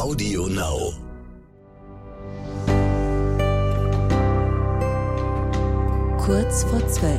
Audio Now. Kurz vor 12.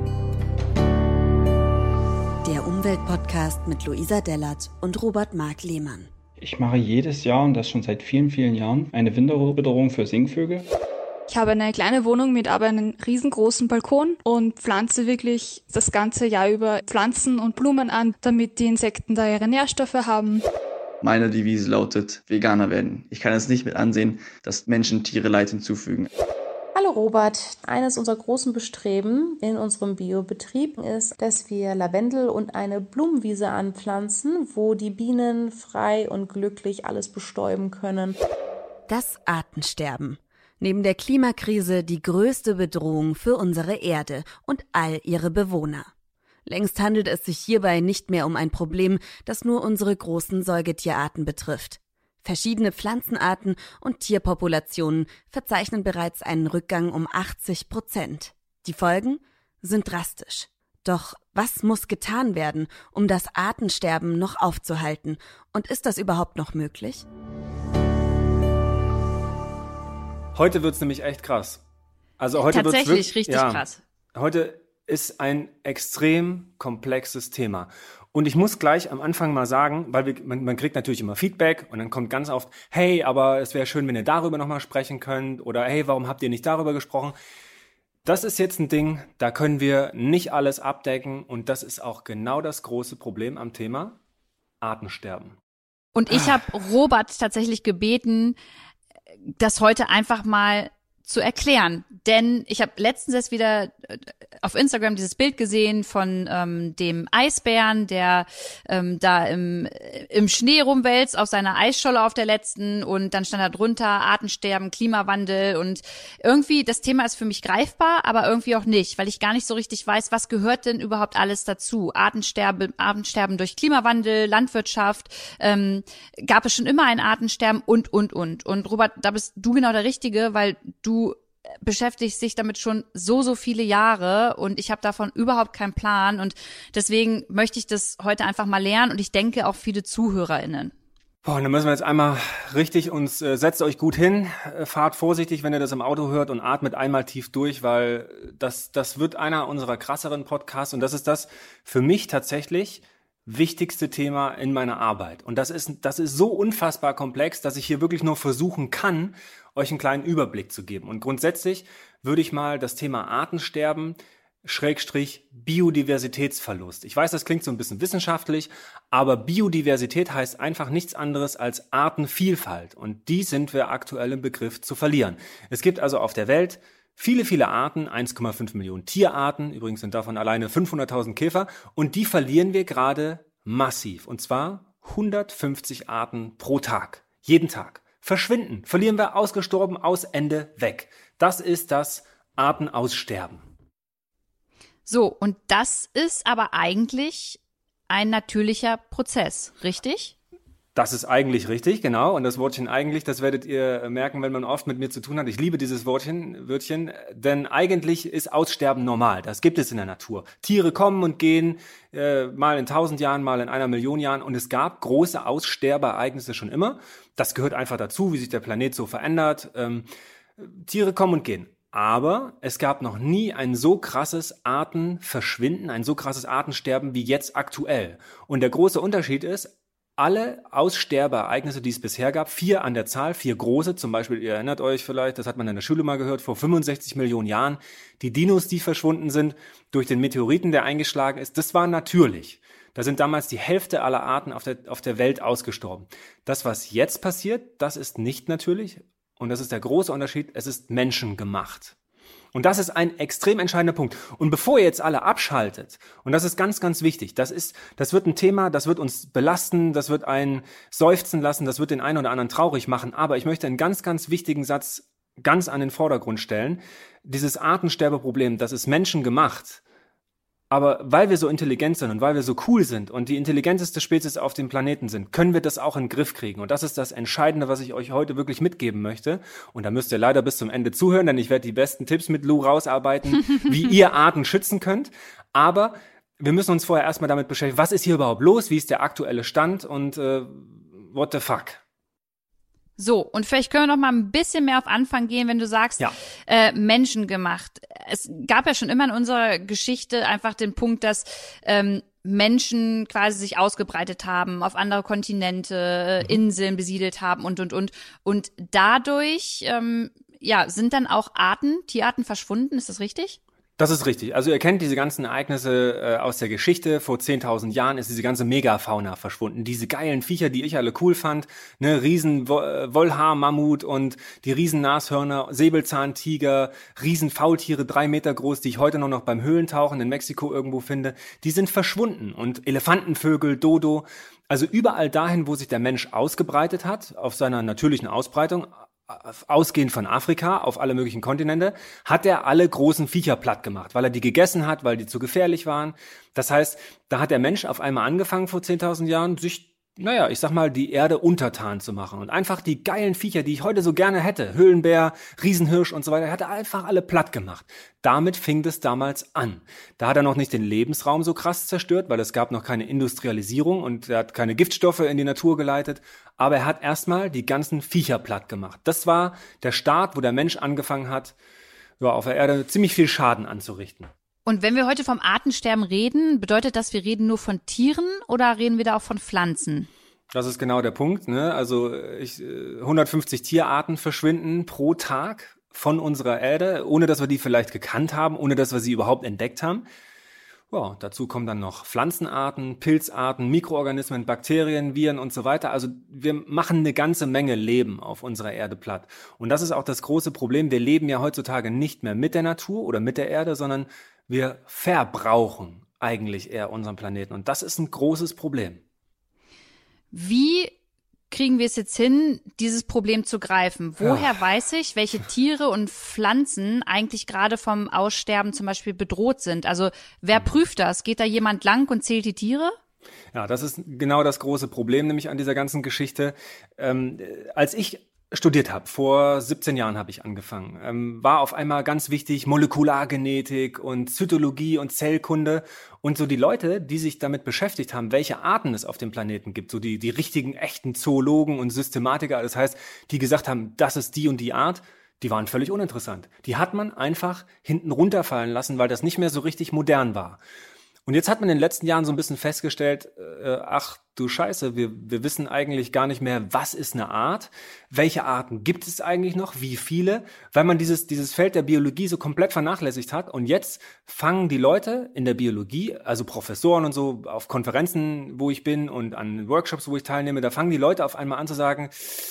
Der Umweltpodcast mit Luisa Dellert und Robert Mark Lehmann. Ich mache jedes Jahr, und das schon seit vielen, vielen Jahren, eine Winterwitterung für Singvögel. Ich habe eine kleine Wohnung mit aber einem riesengroßen Balkon und pflanze wirklich das ganze Jahr über Pflanzen und Blumen an, damit die Insekten da ihre Nährstoffe haben. Meine Devise lautet, Veganer werden. Ich kann es nicht mit ansehen, dass Menschen Tiere Leid hinzufügen. Hallo Robert, eines unserer großen Bestreben in unserem Biobetrieb ist, dass wir Lavendel und eine Blumenwiese anpflanzen, wo die Bienen frei und glücklich alles bestäuben können. Das Artensterben. Neben der Klimakrise die größte Bedrohung für unsere Erde und all ihre Bewohner. Längst handelt es sich hierbei nicht mehr um ein Problem, das nur unsere großen Säugetierarten betrifft. Verschiedene Pflanzenarten und Tierpopulationen verzeichnen bereits einen Rückgang um 80%. Die Folgen sind drastisch. Doch was muss getan werden, um das Artensterben noch aufzuhalten? Und ist das überhaupt noch möglich? Heute wird's nämlich echt krass. Also heute tatsächlich wird's richtig krass. Heute ist ein extrem komplexes Thema. Und ich muss gleich am Anfang mal sagen, weil man kriegt natürlich immer Feedback und dann kommt ganz oft, hey, aber es wäre schön, wenn ihr darüber nochmal sprechen könnt oder hey, warum habt ihr nicht darüber gesprochen? Das ist jetzt ein Ding, da können wir nicht alles abdecken und das ist auch genau das große Problem am Thema Artensterben. Und ich habe Robert tatsächlich gebeten, das heute einfach mal zu erklären. Denn ich habe letztens erst wieder auf Instagram dieses Bild gesehen von dem Eisbären, der da im Schnee rumwälzt auf seiner Eisscholle auf der letzten und dann stand da drunter Artensterben, Klimawandel und irgendwie das Thema ist für mich greifbar, aber irgendwie auch nicht, weil ich gar nicht so richtig weiß, was gehört denn überhaupt alles dazu? Artensterben durch Klimawandel, Landwirtschaft, gab es schon immer ein Artensterben und. Und Robert, da bist du genau der Richtige, weil du beschäftigst dich damit schon so viele Jahre und ich habe davon überhaupt keinen Plan und deswegen möchte ich das heute einfach mal lernen und ich denke auch viele ZuhörerInnen. Boah, dann müssen wir jetzt einmal richtig setzt euch gut hin, fahrt vorsichtig, wenn ihr das im Auto hört und atmet einmal tief durch, weil das wird einer unserer krasseren Podcasts und das ist das für mich tatsächlich wichtigste Thema in meiner Arbeit. Und das ist so unfassbar komplex, dass ich hier wirklich nur versuchen kann, euch einen kleinen Überblick zu geben. Und grundsätzlich würde ich mal das Thema Artensterben / Biodiversitätsverlust. Ich weiß, das klingt so ein bisschen wissenschaftlich, aber Biodiversität heißt einfach nichts anderes als Artenvielfalt. Und die sind wir aktuell im Begriff zu verlieren. Es gibt also auf der Welt viele Arten, 1,5 Millionen Tierarten, übrigens sind davon alleine 500.000 Käfer, und die verlieren wir gerade massiv. Und zwar 150 Arten pro Tag, jeden Tag. Verschwinden, verlieren wir ausgestorben, aus Ende weg. Das ist das Artenaussterben. So, und das ist aber eigentlich ein natürlicher Prozess, richtig? Das ist eigentlich richtig, genau. Und das Wortchen eigentlich, das werdet ihr merken, wenn man oft mit mir zu tun hat. Ich liebe dieses Wörtchen, denn eigentlich ist Aussterben normal. Das gibt es in der Natur. Tiere kommen und gehen, mal in 1000 Jahren, mal in 1 Million Jahren. Und es gab große Aussterbeereignisse schon immer. Das gehört einfach dazu, wie sich der Planet so verändert. Tiere kommen und gehen. Aber es gab noch nie ein so krasses Artenverschwinden, ein so krasses Artensterben wie jetzt aktuell. Und der große Unterschied ist, alle Aussterbeereignisse, die es bisher gab, 4 an der Zahl, 4 große, zum Beispiel, ihr erinnert euch vielleicht, das hat man in der Schule mal gehört, vor 65 Millionen Jahren, die Dinos, die verschwunden sind, durch den Meteoriten, der eingeschlagen ist, das war natürlich. Da sind damals die Hälfte aller Arten auf der Welt ausgestorben. Das, was jetzt passiert, das ist nicht natürlich und das ist der große Unterschied, es ist menschengemacht. Und das ist ein extrem entscheidender Punkt. Und bevor ihr jetzt alle abschaltet, und das ist ganz, ganz wichtig, das wird ein Thema, das wird uns belasten, das wird einen seufzen lassen, das wird den einen oder anderen traurig machen, aber ich möchte einen ganz, ganz wichtigen Satz ganz an den Vordergrund stellen. Dieses Artensterbeproblem, das ist menschengemacht. Aber weil wir so intelligent sind und weil wir so cool sind und die intelligenteste Spezies auf dem Planeten sind, können wir das auch in den Griff kriegen. Und das ist das Entscheidende, was ich euch heute wirklich mitgeben möchte. Und da müsst ihr leider bis zum Ende zuhören, denn ich werde die besten Tipps mit Lou rausarbeiten, wie ihr Arten schützen könnt. Aber wir müssen uns vorher erstmal damit beschäftigen, was ist hier überhaupt los, wie ist der aktuelle Stand und what the fuck? So, und vielleicht können wir noch mal ein bisschen mehr auf Anfang gehen, wenn du sagst, menschengemacht. Es gab ja schon immer in unserer Geschichte einfach den Punkt, dass Menschen quasi sich ausgebreitet haben, auf andere Kontinente, Inseln besiedelt haben und. Und dadurch, sind dann auch Tierarten verschwunden, ist das richtig? Das ist richtig. Also ihr kennt diese ganzen Ereignisse aus der Geschichte. Vor 10.000 Jahren ist diese ganze Megafauna verschwunden. Diese geilen Viecher, die ich alle cool fand, ne, riesen Wollhaar-Mammut und die riesen Nashörner, Säbelzahntiger, riesen Faultiere, 3 Meter groß, die ich heute noch beim Höhlentauchen in Mexiko irgendwo finde, die sind verschwunden. Und Elefantenvögel, Dodo, also überall dahin, wo sich der Mensch ausgebreitet hat, auf seiner natürlichen Ausbreitung, ausgehend von Afrika auf alle möglichen Kontinente, hat er alle großen Viecher platt gemacht, weil er die gegessen hat, weil die zu gefährlich waren. Das heißt, da hat der Mensch auf einmal angefangen vor 10.000 Jahren, sich, ich sag mal, die Erde untertan zu machen und einfach die geilen Viecher, die ich heute so gerne hätte, Höhlenbär, Riesenhirsch und so weiter, hat er einfach alle platt gemacht. Damit fing das damals an. Da hat er noch nicht den Lebensraum so krass zerstört, weil es gab noch keine Industrialisierung und er hat keine Giftstoffe in die Natur geleitet, aber er hat erstmal die ganzen Viecher platt gemacht. Das war der Start, wo der Mensch angefangen hat, auf der Erde ziemlich viel Schaden anzurichten. Und wenn wir heute vom Artensterben reden, bedeutet das, wir reden nur von Tieren oder reden wir da auch von Pflanzen? Das ist genau der Punkt, ne? Also 150 Tierarten verschwinden pro Tag von unserer Erde, ohne dass wir die vielleicht gekannt haben, ohne dass wir sie überhaupt entdeckt haben. Ja, dazu kommen dann noch Pflanzenarten, Pilzarten, Mikroorganismen, Bakterien, Viren und so weiter. Also wir machen eine ganze Menge Leben auf unserer Erde platt. Und das ist auch das große Problem. Wir leben ja heutzutage nicht mehr mit der Natur oder mit der Erde, sondern wir verbrauchen eigentlich eher unseren Planeten. Und das ist ein großes Problem. Wie kriegen wir es jetzt hin, dieses Problem zu greifen? Woher weiß ich, welche Tiere und Pflanzen eigentlich gerade vom Aussterben zum Beispiel bedroht sind? Also wer prüft das? Geht da jemand lang und zählt die Tiere? Ja, das ist genau das große Problem, nämlich an dieser ganzen Geschichte. Als ich studiert habe, vor 17 Jahren habe ich angefangen, war auf einmal ganz wichtig Molekulargenetik und Zytologie und Zellkunde und so die Leute, die sich damit beschäftigt haben, welche Arten es auf dem Planeten gibt, so die richtigen, echten Zoologen und Systematiker, das heißt, die gesagt haben, das ist die und die Art, die waren völlig uninteressant. Die hat man einfach hinten runterfallen lassen, weil das nicht mehr so richtig modern war. Und jetzt hat man in den letzten Jahren so ein bisschen festgestellt, ach du Scheiße, wir wissen eigentlich gar nicht mehr, was ist eine Art, welche Arten gibt es eigentlich noch, wie viele, weil man dieses Feld der Biologie so komplett vernachlässigt hat. Und jetzt fangen die Leute in der Biologie, also Professoren und so, auf Konferenzen, wo ich bin und an Workshops, wo ich teilnehme, da fangen die Leute auf einmal an zu sagen,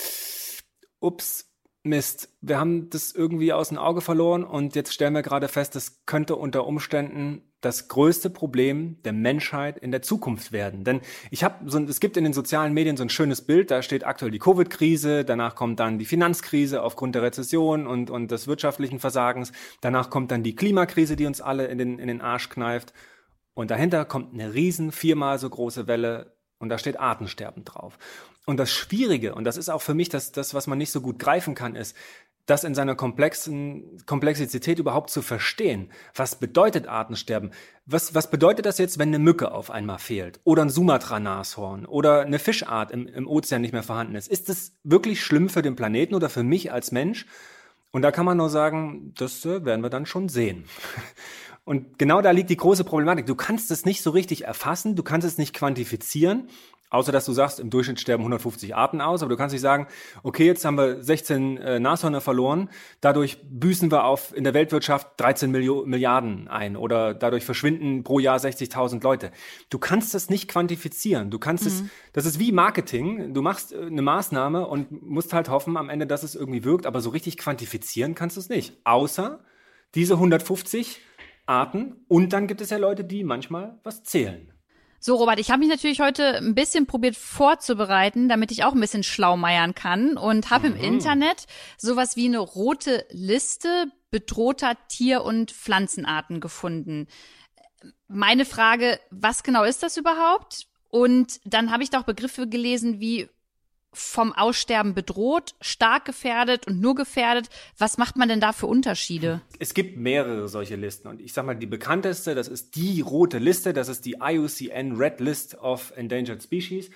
ups, Mist, wir haben das irgendwie aus dem Auge verloren und jetzt stellen wir gerade fest, das könnte unter Umständen das größte Problem der Menschheit in der Zukunft werden. Denn es gibt in den sozialen Medien so ein schönes Bild, da steht aktuell die Covid-Krise, danach kommt dann die Finanzkrise aufgrund der Rezession und des wirtschaftlichen Versagens, danach kommt dann die Klimakrise, die uns alle in den Arsch kneift und dahinter kommt eine riesen 4-mal so große Welle und da steht Artensterben drauf. Und das Schwierige, und das ist auch für mich das, was man nicht so gut greifen kann, ist, das in seiner Komplexität überhaupt zu verstehen. Was bedeutet Artensterben? Was bedeutet das jetzt, wenn eine Mücke auf einmal fehlt? Oder ein Sumatra-Nashorn? Oder eine Fischart im Ozean nicht mehr vorhanden ist? Ist das wirklich schlimm für den Planeten oder für mich als Mensch? Und da kann man nur sagen, das werden wir dann schon sehen. Und genau da liegt die große Problematik. Du kannst es nicht so richtig erfassen, du kannst es nicht quantifizieren, außer dass du sagst, im Durchschnitt sterben 150 Arten aus, aber du kannst nicht sagen, okay, jetzt haben wir 16 Nashörner verloren, dadurch büßen wir in der Weltwirtschaft 13 Milliarden ein oder dadurch verschwinden pro Jahr 60.000 Leute. Du kannst das nicht quantifizieren, das ist wie Marketing, du machst eine Maßnahme und musst halt hoffen am Ende, dass es irgendwie wirkt, aber so richtig quantifizieren kannst du es nicht, außer diese 150 Arten und dann gibt es ja Leute, die manchmal was zählen. So, Robert, ich habe mich natürlich heute ein bisschen probiert vorzubereiten, damit ich auch ein bisschen schlaumeiern kann und habe im Internet sowas wie eine rote Liste bedrohter Tier- und Pflanzenarten gefunden. Meine Frage, was genau ist das überhaupt? Und dann habe ich da auch Begriffe gelesen wie vom Aussterben bedroht, stark gefährdet und nur gefährdet. Was macht man denn da für Unterschiede? Es gibt mehrere solche Listen und ich sag mal, die bekannteste, das ist die rote Liste, das ist die IUCN Red List of Endangered Species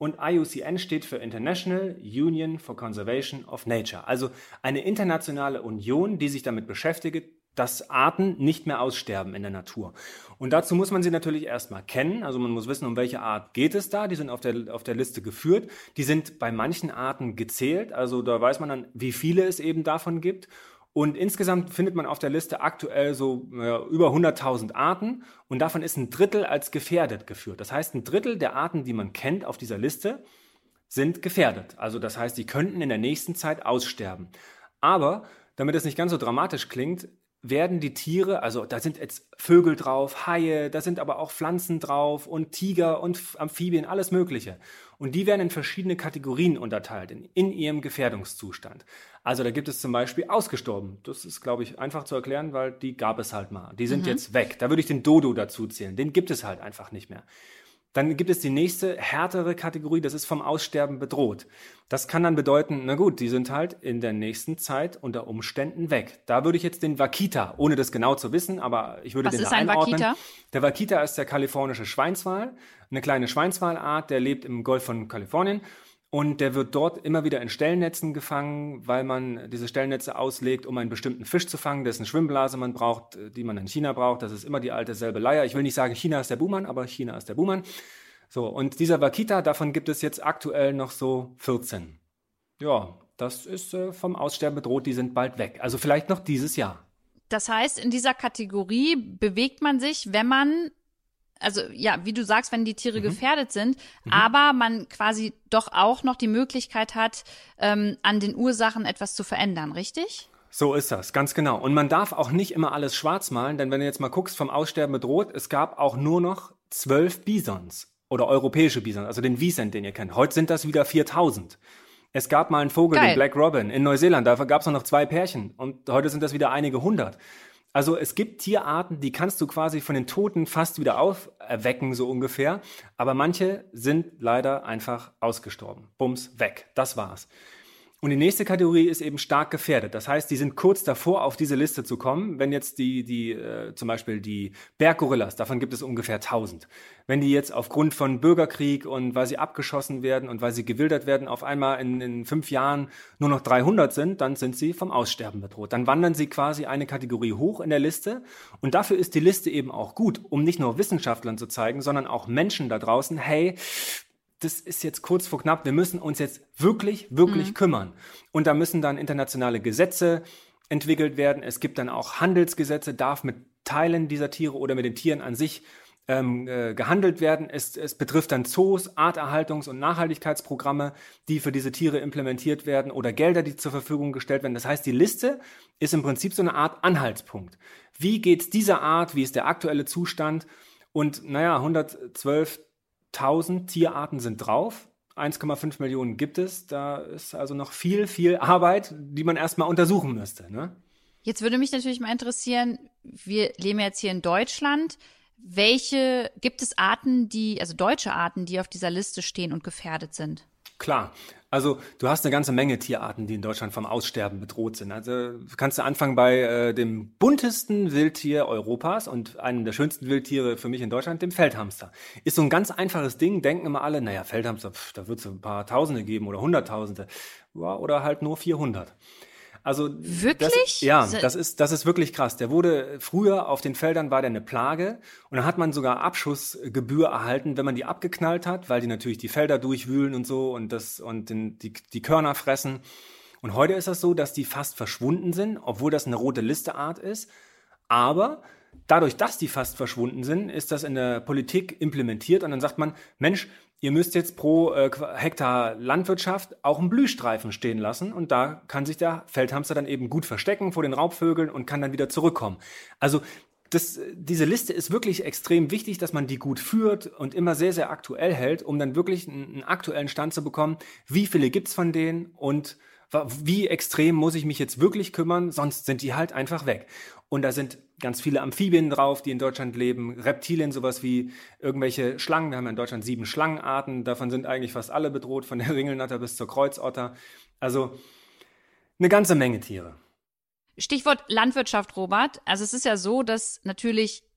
und IUCN steht für International Union for Conservation of Nature. Also eine internationale Union, die sich damit beschäftigt, dass Arten nicht mehr aussterben in der Natur. Und dazu muss man sie natürlich erstmal kennen. Also man muss wissen, um welche Art geht es da. Die sind auf der Liste geführt. Die sind bei manchen Arten gezählt. Also da weiß man dann, wie viele es eben davon gibt. Und insgesamt findet man auf der Liste aktuell so über 100.000 Arten. Und davon ist ein Drittel als gefährdet geführt. Das heißt, ein Drittel der Arten, die man kennt auf dieser Liste, sind gefährdet. Also das heißt, die könnten in der nächsten Zeit aussterben. Aber, damit es nicht ganz so dramatisch klingt, werden die Tiere, also da sind jetzt Vögel drauf, Haie, da sind aber auch Pflanzen drauf und Tiger und Amphibien, alles Mögliche. Und die werden in verschiedene Kategorien unterteilt, in ihrem Gefährdungszustand. Also da gibt es zum Beispiel ausgestorben. Das ist, glaube ich, einfach zu erklären, weil die gab es halt mal. Die sind jetzt weg. Da würde ich den Dodo dazu zählen. Den gibt es halt einfach nicht mehr. Dann gibt es die nächste härtere Kategorie, das ist vom Aussterben bedroht. Das kann dann bedeuten, na gut, die sind halt in der nächsten Zeit unter Umständen weg. Da würde ich jetzt den Wakita, ohne das genau zu wissen, aber ich würde den da einordnen. Was ist ein Wakita? Der Wakita ist der kalifornische Schweinswal, eine kleine Schweinswalart, der lebt im Golf von Kalifornien. Und der wird dort immer wieder in Stellnetzen gefangen, weil man diese Stellnetze auslegt, um einen bestimmten Fisch zu fangen, dessen Schwimmblase man braucht, die man in China braucht. Das ist immer die alte selbe Leier. Ich will nicht sagen, China ist der Buhmann, aber China ist der Buhmann. So, und dieser Wakita, davon gibt es jetzt aktuell noch so 14. Ja, das ist vom Aussterben bedroht, die sind bald weg. Also vielleicht noch dieses Jahr. Das heißt, in dieser Kategorie bewegt man sich, wenn man, also ja, wie du sagst, wenn die Tiere gefährdet sind, aber man quasi doch auch noch die Möglichkeit hat, an den Ursachen etwas zu verändern, richtig? So ist das, ganz genau. Und man darf auch nicht immer alles schwarz malen, denn wenn du jetzt mal guckst, vom Aussterben bedroht, es gab auch nur noch 12 Bisons oder europäische Bisons, also den Wiesent, den ihr kennt. Heute sind das wieder 4.000. Es gab mal einen Vogel, den Black Robin, in Neuseeland, da gab es noch 2 Pärchen und heute sind das wieder einige 100. Also es gibt Tierarten, die kannst du quasi von den Toten fast wieder auferwecken, so ungefähr. Aber manche sind leider einfach ausgestorben. Bums, weg. Das war's. Und die nächste Kategorie ist eben stark gefährdet. Das heißt, die sind kurz davor, auf diese Liste zu kommen. Wenn jetzt zum Beispiel die Berggorillas, davon gibt es ungefähr 1000. Wenn die jetzt aufgrund von Bürgerkrieg und weil sie abgeschossen werden und weil sie gewildert werden, auf einmal in 5 Jahren nur noch 300 sind, dann sind sie vom Aussterben bedroht. Dann wandern sie quasi eine Kategorie hoch in der Liste. Und dafür ist die Liste eben auch gut, um nicht nur Wissenschaftlern zu zeigen, sondern auch Menschen da draußen, hey, das ist jetzt kurz vor knapp, wir müssen uns jetzt wirklich kümmern. Und da müssen dann internationale Gesetze entwickelt werden. Es gibt dann auch Handelsgesetze, darf mit Teilen dieser Tiere oder mit den Tieren an sich gehandelt werden. Es betrifft dann Zoos, Arterhaltungs- und Nachhaltigkeitsprogramme, die für diese Tiere implementiert werden oder Gelder, die zur Verfügung gestellt werden. Das heißt, die Liste ist im Prinzip so eine Art Anhaltspunkt. Wie geht's dieser Art? Wie ist der aktuelle Zustand? Und 112.000 Tierarten sind drauf. 1,5 Millionen gibt es. Da ist also noch viel Arbeit, die man erstmal untersuchen müsste. Ne? Jetzt würde mich natürlich mal interessieren, wir leben jetzt hier in Deutschland. Gibt es Arten, also deutsche Arten, die auf dieser Liste stehen und gefährdet sind? Klar. Also du hast eine ganze Menge Tierarten, die in Deutschland vom Aussterben bedroht sind. Also kannst du anfangen bei dem buntesten Wildtier Europas und einem der schönsten Wildtiere für mich in Deutschland, dem Feldhamster. Ist so ein ganz einfaches Ding, denken immer alle, naja, Feldhamster, da wird es ein paar Tausende geben oder Hunderttausende. Ja, oder halt nur 400. Also wirklich? Das ist wirklich krass. Der wurde früher auf den Feldern war der eine Plage und dann hat man sogar Abschussgebühr erhalten, wenn man die abgeknallt hat, weil die natürlich die Felder durchwühlen und so und die Körner fressen. Und heute ist das so, dass die fast verschwunden sind, obwohl das eine rote Listeart ist. Aber dadurch, dass die fast verschwunden sind, ist das in der Politik implementiert und dann sagt man, Mensch, ihr müsst jetzt pro Hektar Landwirtschaft auch einen Blühstreifen stehen lassen und da kann sich der Feldhamster dann eben gut verstecken vor den Raubvögeln und kann dann wieder zurückkommen. Also diese Liste ist wirklich extrem wichtig, dass man die gut führt und immer sehr, sehr aktuell hält, um dann wirklich einen aktuellen Stand zu bekommen, wie viele gibt's von denen und wie extrem muss ich mich jetzt wirklich kümmern, sonst sind die halt einfach weg. Und da sind ganz viele Amphibien drauf, die in Deutschland leben, Reptilien, sowas wie irgendwelche Schlangen. Wir haben ja in Deutschland 7 Schlangenarten, davon sind eigentlich fast alle bedroht, von der Ringelnatter bis zur Kreuzotter. Also eine ganze Menge Tiere. Stichwort Landwirtschaft, Robert. Also es ist ja so, dass natürlich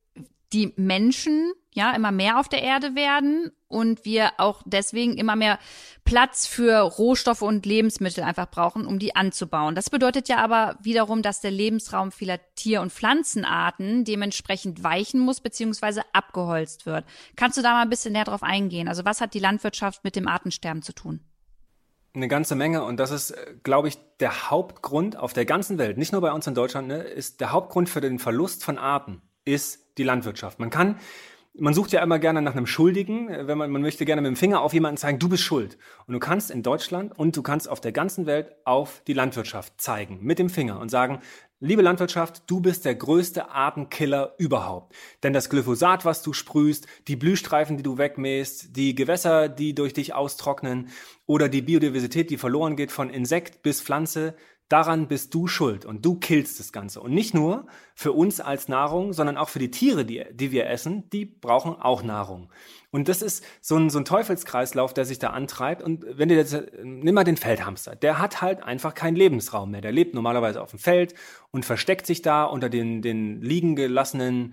die Menschen ja immer mehr auf der Erde werden und wir auch deswegen immer mehr Platz für Rohstoffe und Lebensmittel einfach brauchen, um die anzubauen. Das bedeutet ja aber wiederum, dass der Lebensraum vieler Tier- und Pflanzenarten dementsprechend weichen muss bzw. abgeholzt wird. Kannst du da mal ein bisschen näher drauf eingehen? Also was hat die Landwirtschaft mit dem Artensterben zu tun? Eine ganze Menge, und das ist, glaube ich, der Hauptgrund auf der ganzen Welt, nicht nur bei uns in Deutschland, ne, ist der Hauptgrund für den Verlust von Arten, ist die Landwirtschaft. Man sucht ja immer gerne nach einem Schuldigen, wenn man möchte gerne mit dem Finger auf jemanden zeigen, du bist schuld. Und du kannst in Deutschland und du kannst auf der ganzen Welt auf die Landwirtschaft zeigen, mit dem Finger und sagen, liebe Landwirtschaft, du bist der größte Artenkiller überhaupt. Denn das Glyphosat, was du sprühst, die Blühstreifen, die du wegmähst, die Gewässer, die durch dich austrocknen oder die Biodiversität, die verloren geht von Insekt bis Pflanze, daran bist du schuld und du killst das Ganze. Und nicht nur für uns als Nahrung, sondern auch für die Tiere, die wir essen, die brauchen auch Nahrung. Und das ist so ein Teufelskreislauf, der sich da antreibt. Und wenn du jetzt, nimm mal den Feldhamster, der hat halt einfach keinen Lebensraum mehr. Der lebt normalerweise auf dem Feld und versteckt sich da unter den liegen gelassenen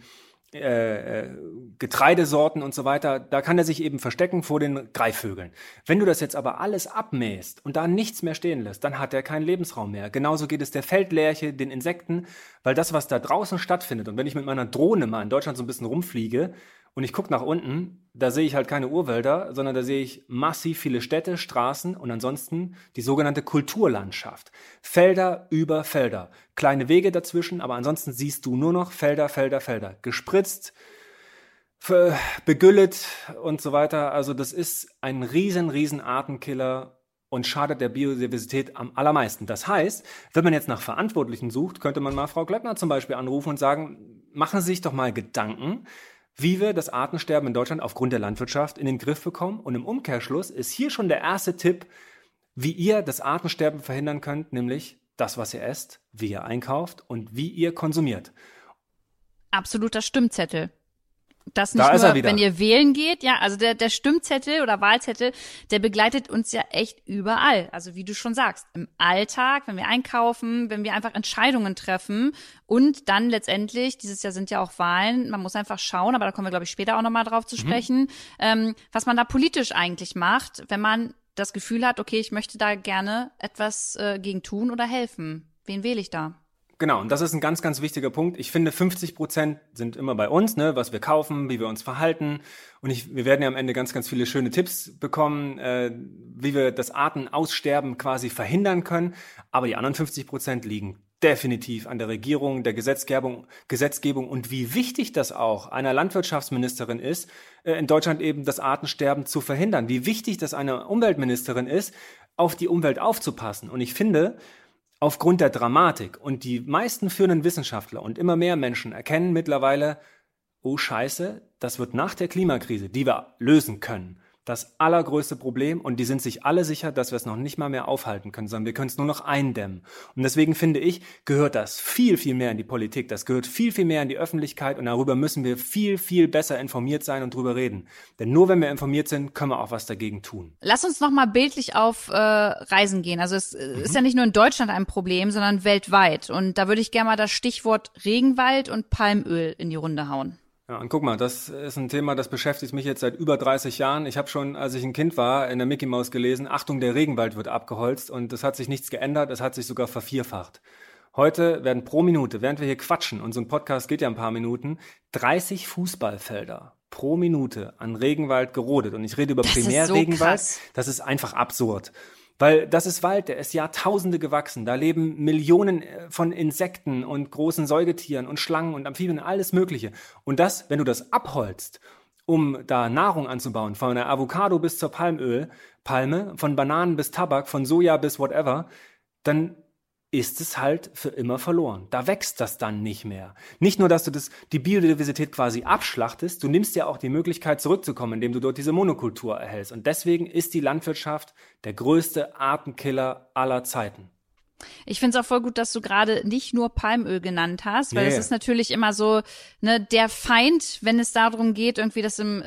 Getreidesorten und so weiter, da kann er sich eben verstecken vor den Greifvögeln. Wenn du das jetzt aber alles abmähst und da nichts mehr stehen lässt, dann hat er keinen Lebensraum mehr. Genauso geht es der Feldlerche, den Insekten, weil das, was da draußen stattfindet, und wenn ich mit meiner Drohne mal in Deutschland so ein bisschen rumfliege und ich gucke nach unten, da sehe ich halt keine Urwälder, sondern da sehe ich massiv viele Städte, Straßen und ansonsten die sogenannte Kulturlandschaft. Felder über Felder. Kleine Wege dazwischen, aber ansonsten siehst du nur noch Felder, Felder, Felder. Gespritzt, begüllet und so weiter. Also das ist ein riesen Artenkiller und schadet der Biodiversität am allermeisten. Das heißt, wenn man jetzt nach Verantwortlichen sucht, könnte man mal Frau Klöckner zum Beispiel anrufen und sagen, machen Sie sich doch mal Gedanken, wie wir das Artensterben in Deutschland aufgrund der Landwirtschaft in den Griff bekommen. Und im Umkehrschluss ist hier schon der erste Tipp, wie ihr das Artensterben verhindern könnt, nämlich das, was ihr esst, wie ihr einkauft und wie ihr konsumiert. Absoluter Stimmzettel. Das nicht Da ist nur, er wieder. wenn ihr wählen geht, ja, also der Stimmzettel oder Wahlzettel, der begleitet uns ja echt überall. Also wie du schon sagst, im Alltag, wenn wir einkaufen, wenn wir einfach Entscheidungen treffen und dann letztendlich, dieses Jahr sind ja auch Wahlen, man muss einfach schauen, aber da kommen wir, glaube ich, später auch nochmal drauf zu sprechen, was man da politisch eigentlich macht, wenn man das Gefühl hat, okay, ich möchte da gerne etwas gegen tun oder helfen. Wen wähle ich da? Genau, und das ist ein ganz wichtiger Punkt. Ich finde, 50% sind immer bei uns, ne, was wir kaufen, wie wir uns verhalten. Und wir werden ja am Ende ganz viele schöne Tipps bekommen, wie wir das Artenaussterben quasi verhindern können. Aber die anderen 50% liegen definitiv an der Regierung, der Gesetzgebung und wie wichtig das auch einer Landwirtschaftsministerin ist, in Deutschland eben das Artensterben zu verhindern. Wie wichtig das einer Umweltministerin ist, auf die Umwelt aufzupassen. Und ich finde, aufgrund der Dramatik und die meisten führenden Wissenschaftler und immer mehr Menschen erkennen mittlerweile, oh Scheiße, das wird nach der Klimakrise, die wir lösen können, das allergrößte Problem, und die sind sich alle sicher, dass wir es noch nicht mal mehr aufhalten können, sondern wir können es nur noch eindämmen. Und deswegen finde ich, gehört das viel mehr in die Politik, das gehört viel mehr in die Öffentlichkeit, und darüber müssen wir viel besser informiert sein und drüber reden. Denn nur wenn wir informiert sind, können wir auch was dagegen tun. Lass uns noch mal bildlich auf Reisen gehen. Also es ist ja nicht nur in Deutschland ein Problem, sondern weltweit. Und da würde ich gerne mal das Stichwort Regenwald und Palmöl in die Runde hauen. Ja, und guck mal, das ist ein Thema, das beschäftigt mich jetzt seit über 30 Jahren. Ich habe schon, als ich ein Kind war, in der Mickey Maus gelesen, Achtung, der Regenwald wird abgeholzt, und es hat sich nichts geändert, es hat sich sogar vervierfacht. Heute werden pro Minute, während wir hier quatschen, und so ein Podcast geht ja ein paar Minuten, 30 Fußballfelder pro Minute an Regenwald gerodet. Und ich rede über Primärregenwald. So, das ist einfach absurd. Weil das ist Wald, der ist Jahrtausende gewachsen. Da leben Millionen von Insekten und großen Säugetieren und Schlangen und Amphibien, alles Mögliche. Und das, wenn du das abholzt, um da Nahrung anzubauen, von der Avocado bis zur Palme, von Bananen bis Tabak, von Soja bis whatever, dann ist es halt für immer verloren. Da wächst das dann nicht mehr. Nicht nur, dass du die Biodiversität quasi abschlachtest, du nimmst ja auch die Möglichkeit zurückzukommen, indem du dort diese Monokultur erhältst. Und deswegen ist die Landwirtschaft der größte Artenkiller aller Zeiten. Ich finde es auch voll gut, dass du gerade nicht nur Palmöl genannt hast, weil es ist natürlich immer so, ne, der Feind, wenn es darum geht, irgendwie, dass im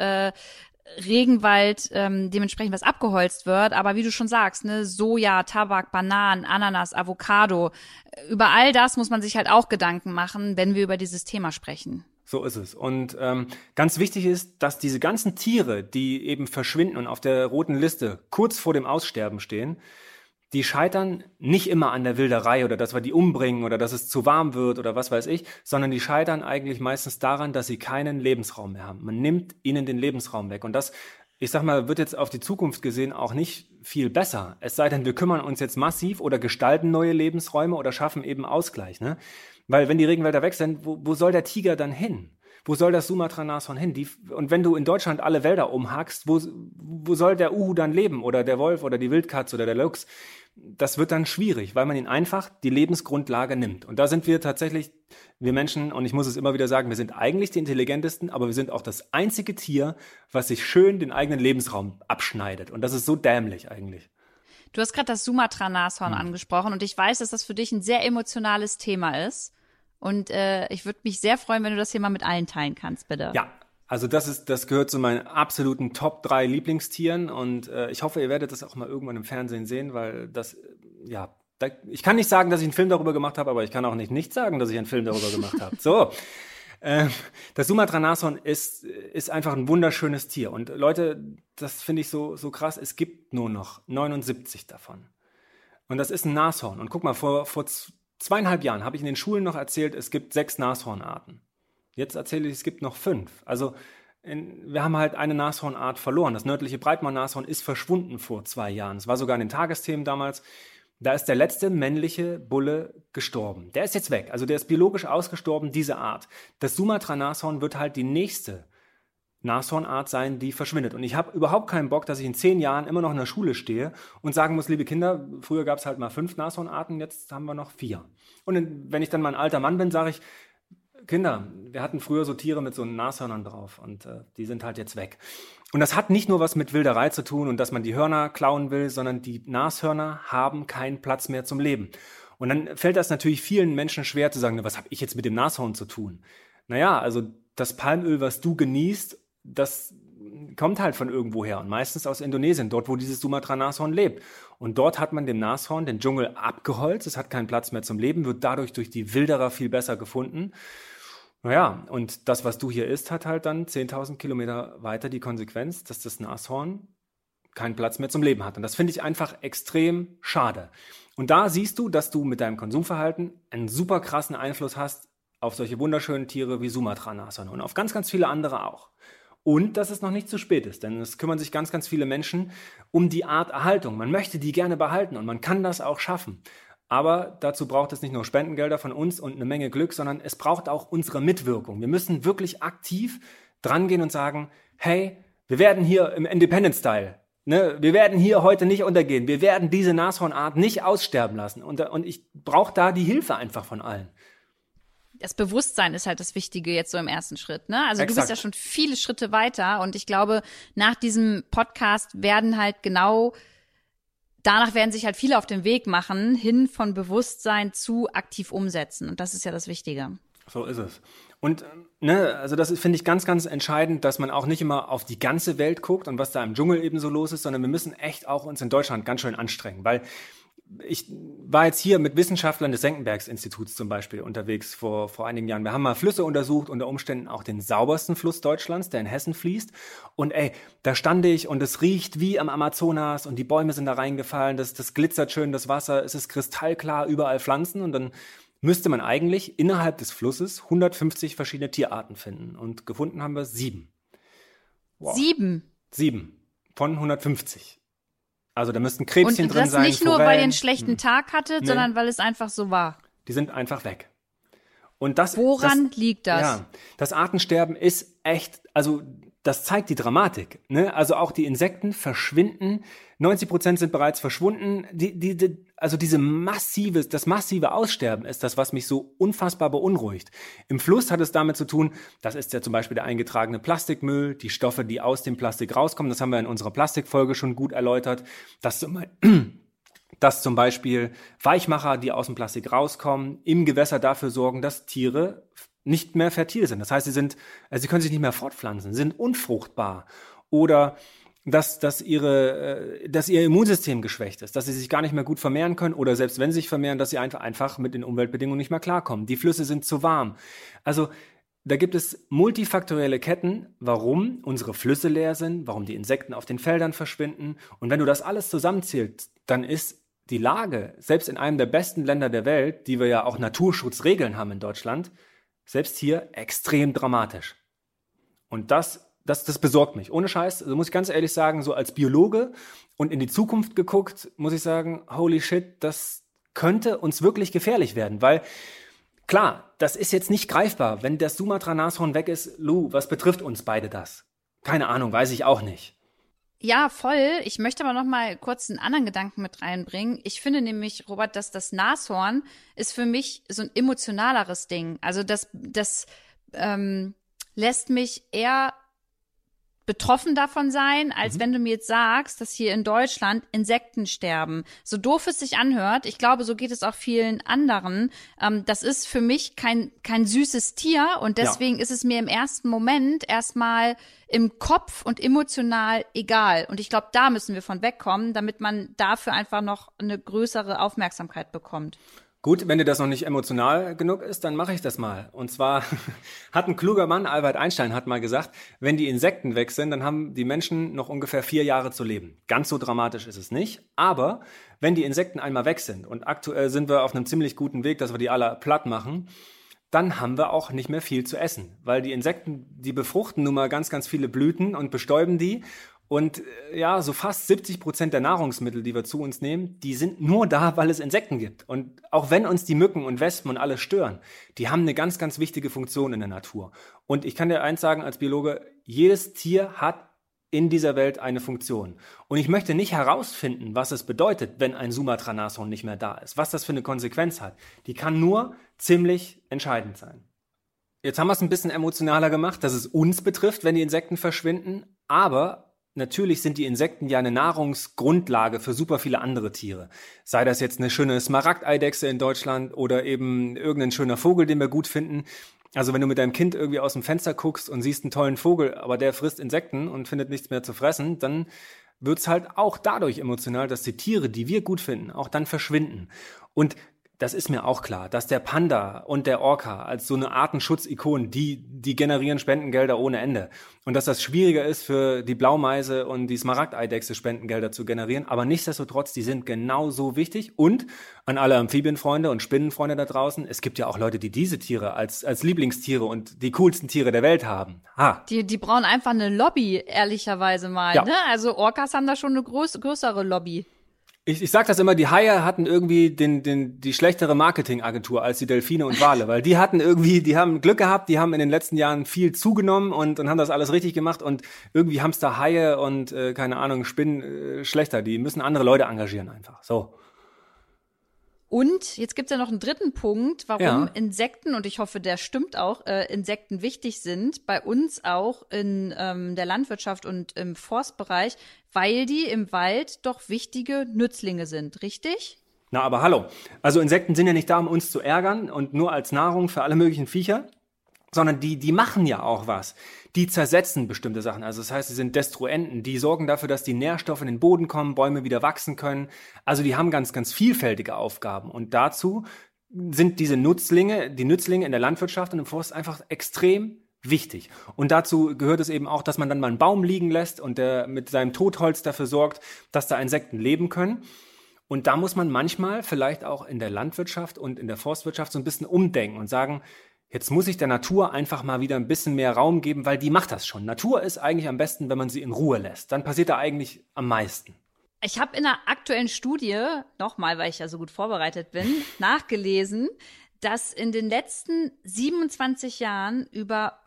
Regenwald dementsprechend was abgeholzt wird, aber wie du schon sagst, ne, Soja, Tabak, Bananen, Ananas, Avocado, über all das muss man sich halt auch Gedanken machen, wenn wir über dieses Thema sprechen. So ist es. Und ganz wichtig ist, dass diese ganzen Tiere, die eben verschwinden und auf der roten Liste kurz vor dem Aussterben stehen, die scheitern nicht immer an der Wilderei oder dass wir die umbringen oder dass es zu warm wird oder was weiß ich, sondern die scheitern eigentlich meistens daran, dass sie keinen Lebensraum mehr haben. Man nimmt ihnen den Lebensraum weg. Und das, ich sag mal, wird jetzt auf die Zukunft gesehen auch nicht viel besser. Es sei denn, wir kümmern uns jetzt massiv oder gestalten neue Lebensräume oder schaffen eben Ausgleich, ne? Weil wenn die Regenwälder weg sind, wo soll der Tiger dann hin? Wo soll das Sumatra-Nashorn hin? Und wenn du in Deutschland alle Wälder umhackst, wo soll der Uhu dann leben? Oder der Wolf oder die Wildkatze oder der Luchs? Das wird dann schwierig, weil man ihnen einfach die Lebensgrundlage nimmt. Und da sind wir tatsächlich, wir Menschen, und ich muss es immer wieder sagen, wir sind eigentlich die intelligentesten, aber wir sind auch das einzige Tier, was sich schön den eigenen Lebensraum abschneidet. Und das ist so dämlich eigentlich. Du hast gerade das Sumatra-Nashorn angesprochen und ich weiß, dass das für dich ein sehr emotionales Thema ist. Und ich würde mich sehr freuen, wenn du das hier mal mit allen teilen kannst, bitte. Ja, also das gehört zu meinen absoluten Top 3 Lieblingstieren und ich hoffe, ihr werdet das auch mal irgendwann im Fernsehen sehen, weil ich kann nicht sagen, dass ich einen Film darüber gemacht habe, aber ich kann auch nicht sagen, dass ich einen Film darüber gemacht habe. So, das Sumatra-Nashorn ist einfach ein wunderschönes Tier und Leute, das finde ich so krass, es gibt nur noch 79 davon. Und das ist ein Nashorn. Und guck mal, vor 2,5 Jahren habe ich in den Schulen noch erzählt, es gibt 6 Nashornarten. Jetzt erzähle ich, es gibt noch 5. Also wir haben halt eine Nashornart verloren. Das nördliche Breitmaul-Nashorn ist verschwunden vor 2 Jahren. Es war sogar in den Tagesthemen damals. Da ist der letzte männliche Bulle gestorben. Der ist jetzt weg. Also der ist biologisch ausgestorben, diese Art. Das Sumatra-Nashorn wird halt die nächste Nashornart sein, die verschwindet. Und ich habe überhaupt keinen Bock, dass ich in 10 Jahren immer noch in der Schule stehe und sagen muss, liebe Kinder, früher gab es halt mal 5 Nashornarten, jetzt haben wir noch 4. Und wenn ich dann mal ein alter Mann bin, sage ich, Kinder, wir hatten früher so Tiere mit so Nashörnern drauf und die sind halt jetzt weg. Und das hat nicht nur was mit Wilderei zu tun und dass man die Hörner klauen will, sondern die Nashörner haben keinen Platz mehr zum Leben. Und dann fällt das natürlich vielen Menschen schwer zu sagen, was habe ich jetzt mit dem Nashorn zu tun? Naja, also das Palmöl, was du genießt, das kommt halt von irgendwoher und meistens aus Indonesien, dort, wo dieses Sumatra-Nashorn lebt. Und dort hat man dem Nashorn den Dschungel abgeholzt, es hat keinen Platz mehr zum Leben, wird dadurch durch die Wilderer viel besser gefunden. Naja, und das, was du hier isst, hat halt dann 10.000 Kilometer weiter die Konsequenz, dass das Nashorn keinen Platz mehr zum Leben hat. Und das finde ich einfach extrem schade. Und da siehst du, dass du mit deinem Konsumverhalten einen super krassen Einfluss hast auf solche wunderschönen Tiere wie Sumatra-Nashorn und auf ganz, ganz viele andere auch. Und dass es noch nicht zu spät ist, denn es kümmern sich ganz, ganz viele Menschen um die Arterhaltung. Man möchte die gerne behalten und man kann das auch schaffen. Aber dazu braucht es nicht nur Spendengelder von uns und eine Menge Glück, sondern es braucht auch unsere Mitwirkung. Wir müssen wirklich aktiv drangehen und sagen, hey, wir werden hier im Independence-Style, ne, wir werden hier heute nicht untergehen. Wir werden diese Nashornart nicht aussterben lassen. Und ich brauche da die Hilfe einfach von allen. Das Bewusstsein ist halt das Wichtige jetzt so im ersten Schritt, ne? Also Exakt. Du bist ja schon viele Schritte weiter und ich glaube, nach diesem Podcast danach werden sich halt viele auf den Weg machen, hin von Bewusstsein zu aktiv umsetzen. Und das ist ja das Wichtige. So ist es. Und also das finde ich ganz, ganz entscheidend, dass man auch nicht immer auf die ganze Welt guckt und was da im Dschungel eben so los ist, sondern wir müssen echt auch uns in Deutschland ganz schön anstrengen, weil ich war jetzt hier mit Wissenschaftlern des Senckenberg-Instituts zum Beispiel unterwegs vor einigen Jahren. Wir haben mal Flüsse untersucht, unter Umständen auch den saubersten Fluss Deutschlands, der in Hessen fließt. Und da stand ich und es riecht wie am Amazonas und die Bäume sind da reingefallen, das glitzert schön, das Wasser, es ist kristallklar, überall Pflanzen. Und dann müsste man eigentlich innerhalb des Flusses 150 verschiedene Tierarten finden. Und gefunden haben wir 7. Wow. 7? 7 von 150. Also da müssten Krebschen und drin sein, Und das nicht nur, Forellen. weil ihr einen schlechten Tag hattet, sondern weil es einfach so war. Die sind einfach weg. Und Woran liegt das? Ja, das Artensterben ist echt, also das zeigt die Dramatik. Ne? Also auch die Insekten verschwinden, 90% sind bereits verschwunden. Das massive Aussterben ist das, was mich so unfassbar beunruhigt. Im Fluss hat es damit zu tun, das ist ja zum Beispiel der eingetragene Plastikmüll, die Stoffe, die aus dem Plastik rauskommen, das haben wir in unserer Plastikfolge schon gut erläutert, dass zum Beispiel Weichmacher, die aus dem Plastik rauskommen, im Gewässer dafür sorgen, dass Tiere nicht mehr fertil sind. Das heißt, sie können sich nicht mehr fortpflanzen, sind unfruchtbar. Oder dass ihr Immunsystem geschwächt ist, dass sie sich gar nicht mehr gut vermehren können oder selbst wenn sie sich vermehren, dass sie einfach mit den Umweltbedingungen nicht mehr klarkommen. Die Flüsse sind zu warm. Also Da gibt es multifaktorielle Ketten, warum unsere Flüsse leer sind, warum die Insekten auf den Feldern verschwinden. Und wenn du das alles zusammenzählst, dann ist die Lage, selbst in einem der besten Länder der Welt, die wir ja auch Naturschutzregeln haben in Deutschland, selbst hier extrem dramatisch. Und das besorgt mich. Ohne Scheiß, also muss ich ganz ehrlich sagen, so als Biologe und in die Zukunft geguckt, muss ich sagen, holy shit, das könnte uns wirklich gefährlich werden, weil klar, das ist jetzt nicht greifbar. Wenn das Sumatra-Nashorn weg ist, Lou, was betrifft uns beide das? Keine Ahnung, weiß ich auch nicht. Ja, voll. Ich möchte aber noch mal kurz einen anderen Gedanken mit reinbringen. Ich finde nämlich, Robert, dass das Nashorn ist für mich so ein emotionaleres Ding. Also das lässt mich eher betroffen davon sein, als wenn du mir jetzt sagst, dass hier in Deutschland Insekten sterben. So doof es sich anhört, ich glaube, so geht es auch vielen anderen. Das ist für mich kein süßes Tier und deswegen ist es mir im ersten Moment erstmal im Kopf und emotional egal. Und ich glaube, da müssen wir von wegkommen, damit man dafür einfach noch eine größere Aufmerksamkeit bekommt. Gut, wenn dir das noch nicht emotional genug ist, dann mache ich das mal. Und zwar hat ein kluger Mann, Albert Einstein, hat mal gesagt, wenn die Insekten weg sind, dann haben die Menschen noch ungefähr 4 Jahre zu leben. Ganz so dramatisch ist es nicht. Aber wenn die Insekten einmal weg sind, und aktuell sind wir auf einem ziemlich guten Weg, dass wir die alle platt machen, dann haben wir auch nicht mehr viel zu essen. Weil die Insekten, die befruchten nun mal ganz, ganz viele Blüten und bestäuben die. Und ja, so fast 70% der Nahrungsmittel, die wir zu uns nehmen, die sind nur da, weil es Insekten gibt. Und auch wenn uns die Mücken und Wespen und alles stören, die haben eine ganz, ganz wichtige Funktion in der Natur. Und ich kann dir eins sagen als Biologe, jedes Tier hat in dieser Welt eine Funktion. Und ich möchte nicht herausfinden, was es bedeutet, wenn ein Sumatra-Nashorn nicht mehr da ist, was das für eine Konsequenz hat. Die kann nur ziemlich entscheidend sein. Jetzt haben wir es ein bisschen emotionaler gemacht, dass es uns betrifft, wenn die Insekten verschwinden, aber natürlich sind die Insekten ja eine Nahrungsgrundlage für super viele andere Tiere. Sei das jetzt eine schöne Smaragdeidechse in Deutschland oder eben irgendein schöner Vogel, den wir gut finden. Also wenn du mit deinem Kind irgendwie aus dem Fenster guckst und siehst einen tollen Vogel, aber der frisst Insekten und findet nichts mehr zu fressen, dann wird's halt auch dadurch emotional, dass die Tiere, die wir gut finden, auch dann verschwinden. Und das ist mir auch klar, dass der Panda und der Orca als so eine Artenschutz-Ikon, die generieren Spendengelder ohne Ende. Und dass das schwieriger ist für die Blaumeise und die Smaragdeidechse Spendengelder zu generieren. Aber nichtsdestotrotz, die sind genauso wichtig. Und an alle Amphibienfreunde und Spinnenfreunde da draußen, es gibt ja auch Leute, die diese Tiere als Lieblingstiere und die coolsten Tiere der Welt haben. Ha. Die brauchen einfach eine Lobby, ehrlicherweise mal. Ja. Ne? Also Orcas haben da schon eine größere Lobby. Ich sag das immer, die Haie hatten irgendwie die schlechtere Marketingagentur als die Delfine und Wale, weil die haben Glück gehabt, die haben in den letzten Jahren viel zugenommen und haben das alles richtig gemacht und irgendwie haben's da Haie und keine Ahnung, Spinnen schlechter, die müssen andere Leute engagieren einfach, so. Und jetzt gibt's ja noch einen dritten Punkt, warum Insekten, und ich hoffe, der stimmt auch, Insekten wichtig sind, bei uns auch in der Landwirtschaft und im Forstbereich, weil die im Wald doch wichtige Nützlinge sind, richtig? Na, aber hallo. Also Insekten sind ja nicht da, um uns zu ärgern und nur als Nahrung für alle möglichen Viecher, sondern die machen ja auch was. Die zersetzen bestimmte Sachen. Also das heißt, sie sind Destruenten. Die sorgen dafür, dass die Nährstoffe in den Boden kommen, Bäume wieder wachsen können. Also die haben ganz, ganz vielfältige Aufgaben. Und dazu sind die Nützlinge in der Landwirtschaft und im Forst einfach extrem wichtig. Und dazu gehört es eben auch, dass man dann mal einen Baum liegen lässt und der mit seinem Totholz dafür sorgt, dass da Insekten leben können. Und da muss man manchmal vielleicht auch in der Landwirtschaft und in der Forstwirtschaft so ein bisschen umdenken und sagen, jetzt muss ich der Natur einfach mal wieder ein bisschen mehr Raum geben, weil die macht das schon. Natur ist eigentlich am besten, wenn man sie in Ruhe lässt. Dann passiert da eigentlich am meisten. Ich habe in einer aktuellen Studie, nochmal, weil ich ja so gut vorbereitet bin, nachgelesen, dass in den letzten 27 Jahren über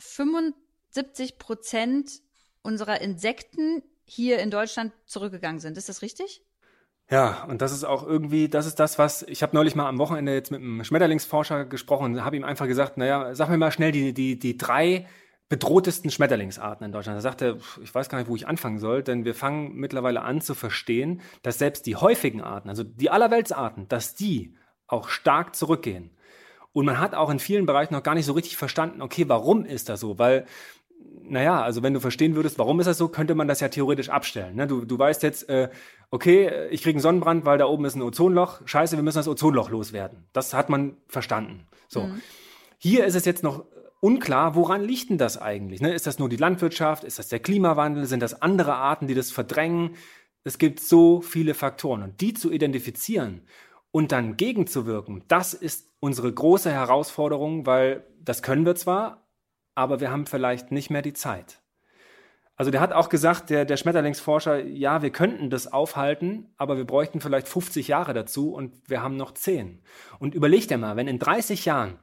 75% unserer Insekten hier in Deutschland zurückgegangen sind. Ist das richtig? Ja, und das ist auch irgendwie, das ist das, was, ich habe neulich mal am Wochenende jetzt mit einem Schmetterlingsforscher gesprochen und habe ihm einfach gesagt, naja, sag mir mal schnell die 3 bedrohtesten Schmetterlingsarten in Deutschland. Da sagte er, ich weiß gar nicht, wo ich anfangen soll, denn wir fangen mittlerweile an zu verstehen, dass selbst die häufigen Arten, also die Allerweltsarten, dass die auch stark zurückgehen. Und man hat auch in vielen Bereichen noch gar nicht so richtig verstanden, okay, warum ist das so? Weil, naja, also wenn du verstehen würdest, warum ist das so, könnte man das ja theoretisch abstellen. Ne? Du weißt jetzt, okay, ich kriege einen Sonnenbrand, weil da oben ist ein Ozonloch. Scheiße, wir müssen das Ozonloch loswerden. Das hat man verstanden. So. Hier ist es jetzt noch unklar, woran liegt denn das eigentlich? Ne? Ist das nur die Landwirtschaft? Ist das der Klimawandel? Sind das andere Arten, die das verdrängen? Es gibt so viele Faktoren. Und die zu identifizieren und dann gegenzuwirken, das ist unsere große Herausforderung, weil das können wir zwar, aber wir haben vielleicht nicht mehr die Zeit. Also der hat auch gesagt, der Schmetterlingsforscher, ja, wir könnten das aufhalten, aber wir bräuchten vielleicht 50 Jahre dazu und wir haben noch 10. Und überleg dir mal, wenn in 30 Jahren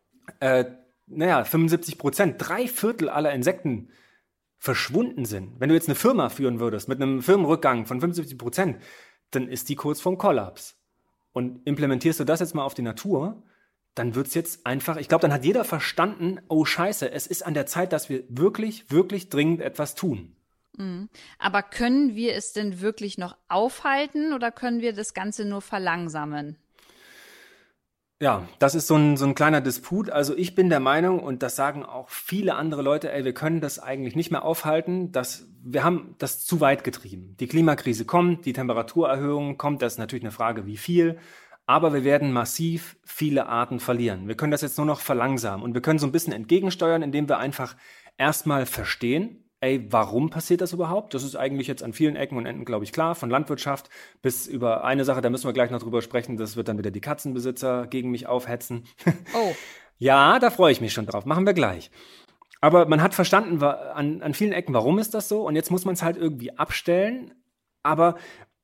75%, 3/4 aller Insekten verschwunden sind. Wenn du jetzt eine Firma führen würdest mit einem Firmenrückgang von 75%, dann ist die kurz vorm Kollaps. Und implementierst du das jetzt mal auf die Natur, dann wird's jetzt einfach, ich glaube, dann hat jeder verstanden, oh Scheiße, es ist an der Zeit, dass wir wirklich, wirklich dringend etwas tun. Aber können wir es denn wirklich noch aufhalten oder können wir das Ganze nur verlangsamen? Ja, das ist so ein kleiner Disput. Also ich bin der Meinung, und das sagen auch viele andere Leute, wir können das eigentlich nicht mehr aufhalten, wir haben das zu weit getrieben. Die Klimakrise kommt, die Temperaturerhöhung kommt, das ist natürlich eine Frage, wie viel, aber wir werden massiv viele Arten verlieren. Wir können das jetzt nur noch verlangsamen und wir können so ein bisschen entgegensteuern, indem wir einfach erstmal verstehen, warum passiert das überhaupt? Das ist eigentlich jetzt an vielen Ecken und Enden, glaube ich, klar. Von Landwirtschaft bis über eine Sache, da müssen wir gleich noch drüber sprechen, das wird dann wieder die Katzenbesitzer gegen mich aufhetzen. Oh. Ja, da freue ich mich schon drauf. Machen wir gleich. Aber man hat verstanden an vielen Ecken, warum ist das so? Und jetzt muss man es halt irgendwie abstellen. Aber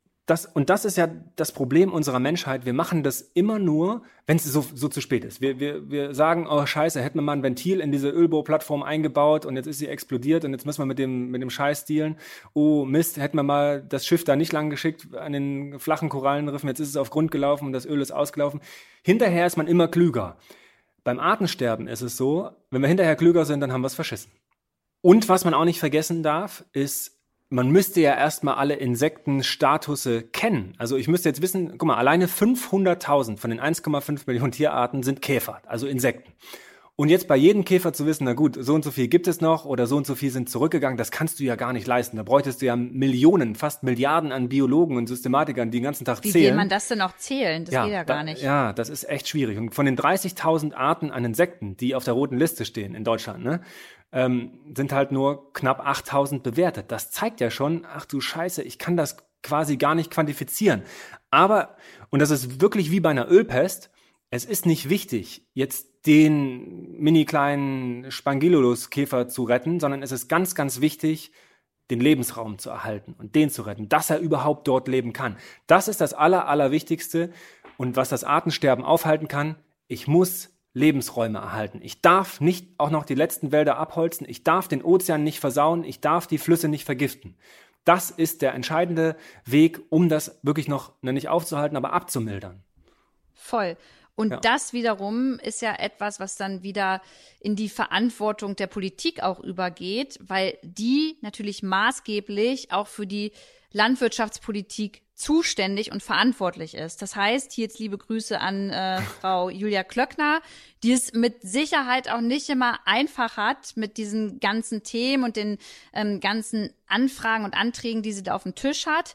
das ist ja das Problem unserer Menschheit. Wir machen das immer nur, wenn es so zu spät ist. Wir sagen, oh Scheiße, hätten wir mal ein Ventil in diese Ölbohrplattform eingebaut und jetzt ist sie explodiert und jetzt müssen wir mit dem Scheiß dealen. Oh Mist, hätten wir mal das Schiff da nicht lang geschickt an den flachen Korallenriffen, jetzt ist es auf Grund gelaufen und das Öl ist ausgelaufen. Hinterher ist man immer klüger. Beim Artensterben ist es so, wenn wir hinterher klüger sind, dann haben wir es verschissen. Und was man auch nicht vergessen darf, ist, man müsste ja erstmal alle Insektenstatusse kennen. Also ich müsste jetzt wissen, guck mal, alleine 500.000 von den 1,5 Millionen Tierarten sind Käfer, also Insekten. Und jetzt bei jedem Käfer zu wissen, na gut, so und so viel gibt es noch oder so und so viel sind zurückgegangen, das kannst du ja gar nicht leisten. Da bräuchtest du ja Millionen, fast Milliarden an Biologen und Systematikern, die den ganzen Tag zählen. Wie will man das denn auch zählen? Das geht ja gar nicht. Ja, das ist echt schwierig. Und von den 30.000 Arten an Insekten, die auf der roten Liste stehen in Deutschland, ne, sind halt nur knapp 8.000 bewertet. Das zeigt ja schon, ach du Scheiße, ich kann das quasi gar nicht quantifizieren. Aber, und das ist wirklich wie bei einer Ölpest, es ist nicht wichtig, jetzt den mini kleinen Spangylolus-Käfer zu retten, sondern es ist ganz, ganz wichtig, den Lebensraum zu erhalten und den zu retten, dass er überhaupt dort leben kann. Das ist das Allerwichtigste. Und was das Artensterben aufhalten kann, ich muss Lebensräume erhalten. Ich darf nicht auch noch die letzten Wälder abholzen, ich darf den Ozean nicht versauen, ich darf die Flüsse nicht vergiften. Das ist der entscheidende Weg, um das wirklich noch nicht aufzuhalten, aber abzumildern. Voll. Und das wiederum ist ja etwas, was dann wieder in die Verantwortung der Politik auch übergeht, weil die natürlich maßgeblich auch für die Landwirtschaftspolitik zuständig und verantwortlich ist. Das heißt, hier jetzt liebe Grüße an Frau Julia Klöckner, die es mit Sicherheit auch nicht immer einfach hat mit diesen ganzen Themen und den ganzen Anfragen und Anträgen, die sie da auf dem Tisch hat.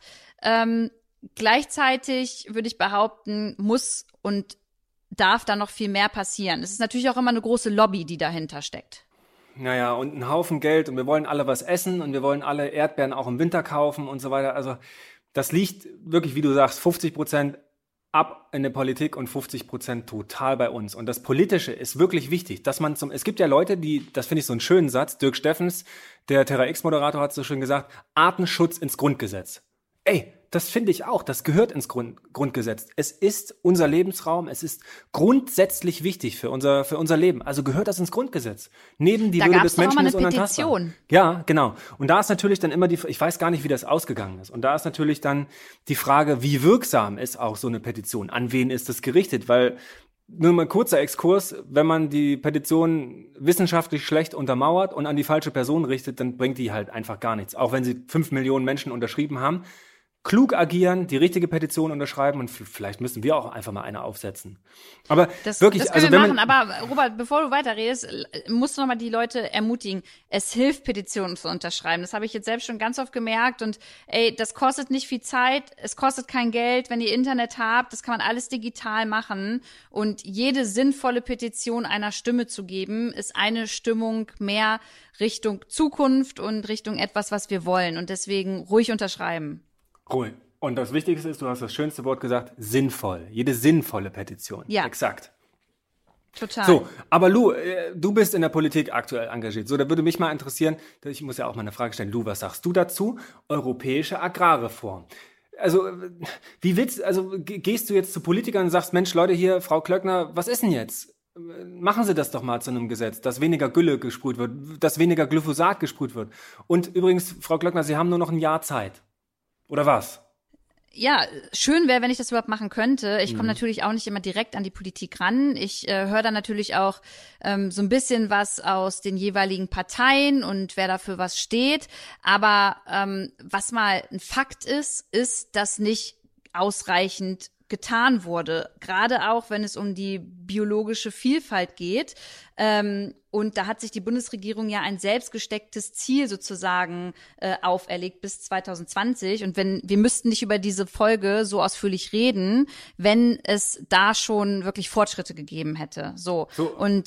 Gleichzeitig würde ich behaupten, muss und darf da noch viel mehr passieren. Es ist natürlich auch immer eine große Lobby, die dahinter steckt. Naja, und ein Haufen Geld und wir wollen alle was essen und wir wollen alle Erdbeeren auch im Winter kaufen und so weiter. Also das liegt wirklich, wie du sagst, 50% ab in der Politik und 50% total bei uns. Und das Politische ist wirklich wichtig, dass man es gibt ja Leute, das finde ich so einen schönen Satz, Dirk Steffens, der Terra X-Moderator hat so schön gesagt, Artenschutz ins Grundgesetz. Das finde ich auch, das gehört ins Grundgesetz. Es ist unser Lebensraum, es ist grundsätzlich wichtig für unser Leben. Also gehört das ins Grundgesetz. Neben die Würde des Menschen ist unantastbar. Petition. Ja, genau. Und da ist natürlich dann immer ich weiß gar nicht, wie das ausgegangen ist. Und da ist natürlich dann die Frage, wie wirksam ist auch so eine Petition? An wen ist das gerichtet? Weil, nur mal ein kurzer Exkurs, wenn man die Petition wissenschaftlich schlecht untermauert und an die falsche Person richtet, dann bringt die halt einfach gar nichts. Auch wenn sie 5 Millionen Menschen unterschrieben haben. klug agieren, die richtige Petition unterschreiben und vielleicht müssen wir auch einfach mal eine aufsetzen. Aber das wirklich, können also wir wenn machen. Aber Robert, bevor du weiterredest, musst du nochmal die Leute ermutigen. Es hilft, Petitionen zu unterschreiben. Das habe ich jetzt selbst schon ganz oft gemerkt. Und das kostet nicht viel Zeit, es kostet kein Geld, wenn ihr Internet habt. Das kann man alles digital machen. Und jede sinnvolle Petition einer Stimme zu geben, ist eine Stimmung mehr Richtung Zukunft und Richtung etwas, was wir wollen. Und deswegen ruhig unterschreiben. Cool. Und das Wichtigste ist, du hast das schönste Wort gesagt, sinnvoll. Jede sinnvolle Petition. Ja. Exakt. Total. So, aber Lou, du bist in der Politik aktuell engagiert. So, da würde mich mal interessieren, ich muss ja auch mal eine Frage stellen. Lou, was sagst du dazu? Europäische Agrarreform. Also, gehst du jetzt zu Politikern und sagst, Mensch, Leute hier, Frau Klöckner, was ist denn jetzt? Machen Sie das doch mal zu einem Gesetz, dass weniger Gülle gesprüht wird, dass weniger Glyphosat gesprüht wird. Und übrigens, Frau Klöckner, Sie haben nur noch ein Jahr Zeit. Oder was? Ja, schön wäre, wenn ich das überhaupt machen könnte. Ich komme natürlich auch nicht immer direkt an die Politik ran. Ich höre dann natürlich auch so ein bisschen was aus den jeweiligen Parteien und wer dafür was steht. Aber was mal ein Fakt ist, dass nicht ausreichend getan wurde. Gerade auch, wenn es um die biologische Vielfalt geht. Und da hat sich die Bundesregierung ja ein selbstgestecktes Ziel sozusagen auferlegt bis 2020. Und wir müssten nicht über diese Folge so ausführlich reden, wenn es da schon wirklich Fortschritte gegeben hätte. So. Und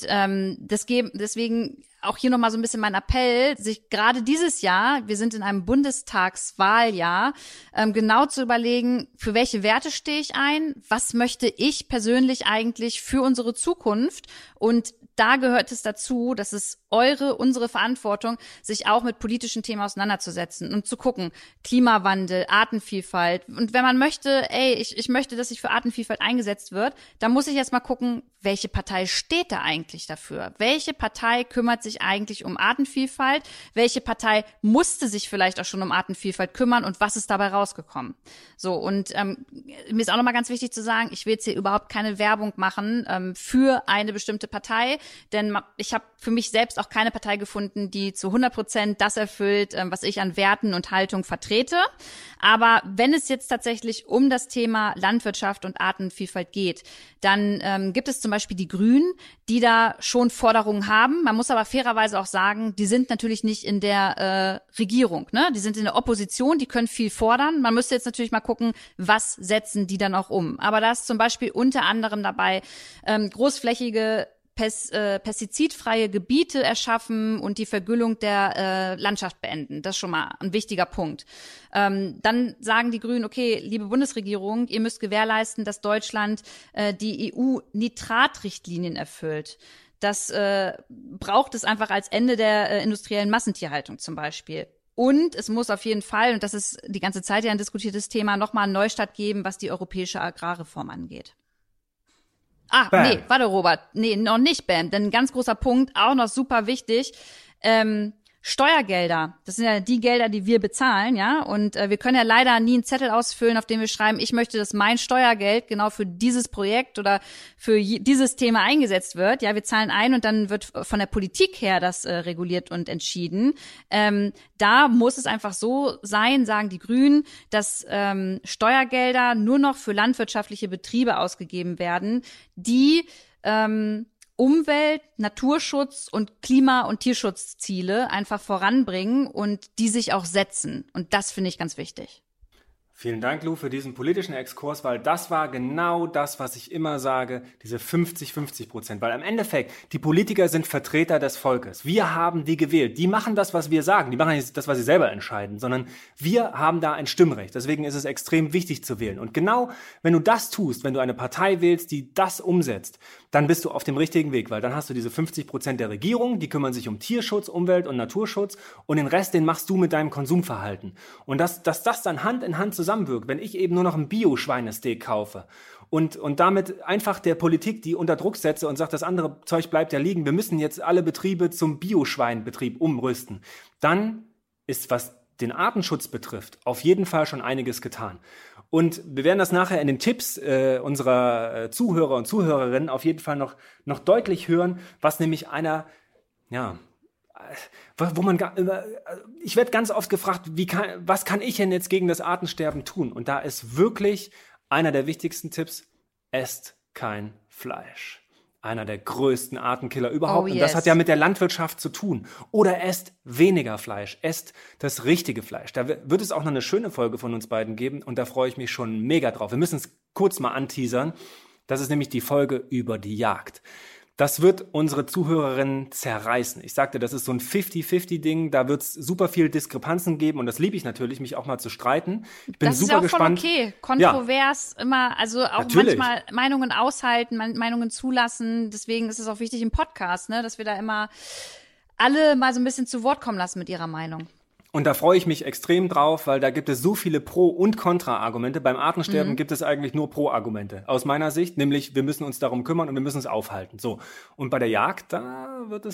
deswegen auch hier nochmal so ein bisschen mein Appell, sich gerade dieses Jahr, wir sind in einem Bundestagswahljahr, genau zu überlegen, für welche Werte stehe ich ein, was möchte ich persönlich eigentlich für unsere Zukunft, und da gehört es dazu, dass es unsere Verantwortung, sich auch mit politischen Themen auseinanderzusetzen und zu gucken, Klimawandel, Artenvielfalt. Und wenn man möchte, ich möchte, dass sich für Artenvielfalt eingesetzt wird, dann muss ich erst mal gucken, welche Partei steht da eigentlich dafür? Welche Partei kümmert sich eigentlich um Artenvielfalt? Welche Partei musste sich vielleicht auch schon um Artenvielfalt kümmern und was ist dabei rausgekommen? So, und mir ist auch nochmal ganz wichtig zu sagen, ich will jetzt hier überhaupt keine Werbung machen für eine bestimmte Partei, denn ich habe für mich selbst auch keine Partei gefunden, die zu 100% das erfüllt, was ich an Werten und Haltung vertrete. Aber wenn es jetzt tatsächlich um das Thema Landwirtschaft und Artenvielfalt geht, dann gibt es zum Beispiel die Grünen, die da schon Forderungen haben. Man muss aber fairerweise auch sagen, die sind natürlich nicht in der Regierung, ne? Die sind in der Opposition, die können viel fordern. Man müsste jetzt natürlich mal gucken, was setzen die dann auch um. Aber da ist zum Beispiel unter anderem dabei großflächige pestizidfreie Gebiete erschaffen und die Vergüllung der Landschaft beenden. Das ist schon mal ein wichtiger Punkt. Dann sagen die Grünen, okay, liebe Bundesregierung, ihr müsst gewährleisten, dass Deutschland die EU-Nitratrichtlinien erfüllt. Das braucht es einfach als Ende der industriellen Massentierhaltung zum Beispiel. Und es muss auf jeden Fall, und das ist die ganze Zeit ja ein diskutiertes Thema, nochmal einen Neustart geben, was die europäische Agrarreform angeht. Nee, warte, Robert. Nee, noch nicht, Bam. Denn ein ganz großer Punkt, auch noch super wichtig, Steuergelder. Das sind ja die Gelder, die wir bezahlen, ja. Und wir können ja leider nie einen Zettel ausfüllen, auf dem wir schreiben, ich möchte, dass mein Steuergeld genau für dieses Projekt oder für dieses Thema eingesetzt wird. Ja, wir zahlen ein und dann wird von der Politik her das reguliert und entschieden. Da muss es einfach so sein, sagen die Grünen, dass Steuergelder nur noch für landwirtschaftliche Betriebe ausgegeben werden, die Umwelt-, Naturschutz- und Klima- und Tierschutzziele einfach voranbringen und die sich auch setzen. Und das finde ich ganz wichtig. Vielen Dank, Lou, für diesen politischen Exkurs, weil das war genau das, was ich immer sage, diese 50-50%. Weil im Endeffekt, die Politiker sind Vertreter des Volkes. Wir haben die gewählt. Die machen das, was wir sagen. Die machen nicht das, was sie selber entscheiden, sondern wir haben da ein Stimmrecht. Deswegen ist es extrem wichtig zu wählen. Und genau, wenn du das tust, wenn du eine Partei wählst, die das umsetzt, dann bist du auf dem richtigen Weg, weil dann hast du diese 50% der Regierung, die kümmern sich um Tierschutz, Umwelt- und Naturschutz und den Rest, den machst du mit deinem Konsumverhalten. Und dass das dann Hand in Hand zusammenwirkt, wenn ich eben nur noch ein Bio-Schweinesteak kaufe und damit einfach der Politik die unter Druck setze und sagt, das andere Zeug bleibt ja liegen, wir müssen jetzt alle Betriebe zum Bio-Schweinbetrieb umrüsten, dann ist, was den Artenschutz betrifft, auf jeden Fall schon einiges getan. Und wir werden das nachher in den Tipps unserer Zuhörer und Zuhörerinnen auf jeden Fall noch deutlich hören, was nämlich einer ich werde ganz oft gefragt, was kann ich denn jetzt gegen das Artensterben tun? Und da ist wirklich einer der wichtigsten Tipps: esst kein Fleisch. Einer der größten Artenkiller überhaupt. Oh, yes. Und das hat ja mit der Landwirtschaft zu tun. Oder esst weniger Fleisch. Esst das richtige Fleisch. Da wird es auch noch eine schöne Folge von uns beiden geben. Und da freue ich mich schon mega drauf. Wir müssen es kurz mal anteasern. Das ist nämlich die Folge über die Jagd. Das wird unsere Zuhörerinnen zerreißen. Ich sagte, das ist so ein 50-50-Ding. Da wird es super viel Diskrepanzen geben. Und das liebe ich natürlich, mich auch mal zu streiten. Ich bin super gespannt. Das ist ja auch voll okay. Kontrovers immer, also auch natürlich. Manchmal Meinungen aushalten, Meinungen zulassen. Deswegen ist es auch wichtig im Podcast, ne, dass wir da immer alle mal so ein bisschen zu Wort kommen lassen mit ihrer Meinung. Und da freue ich mich extrem drauf, weil da gibt es so viele Pro- und Kontra-Argumente. Beim Artensterben gibt es eigentlich nur Pro-Argumente, aus meiner Sicht, nämlich wir müssen uns darum kümmern und wir müssen es aufhalten. So. Und bei der Jagd, da wird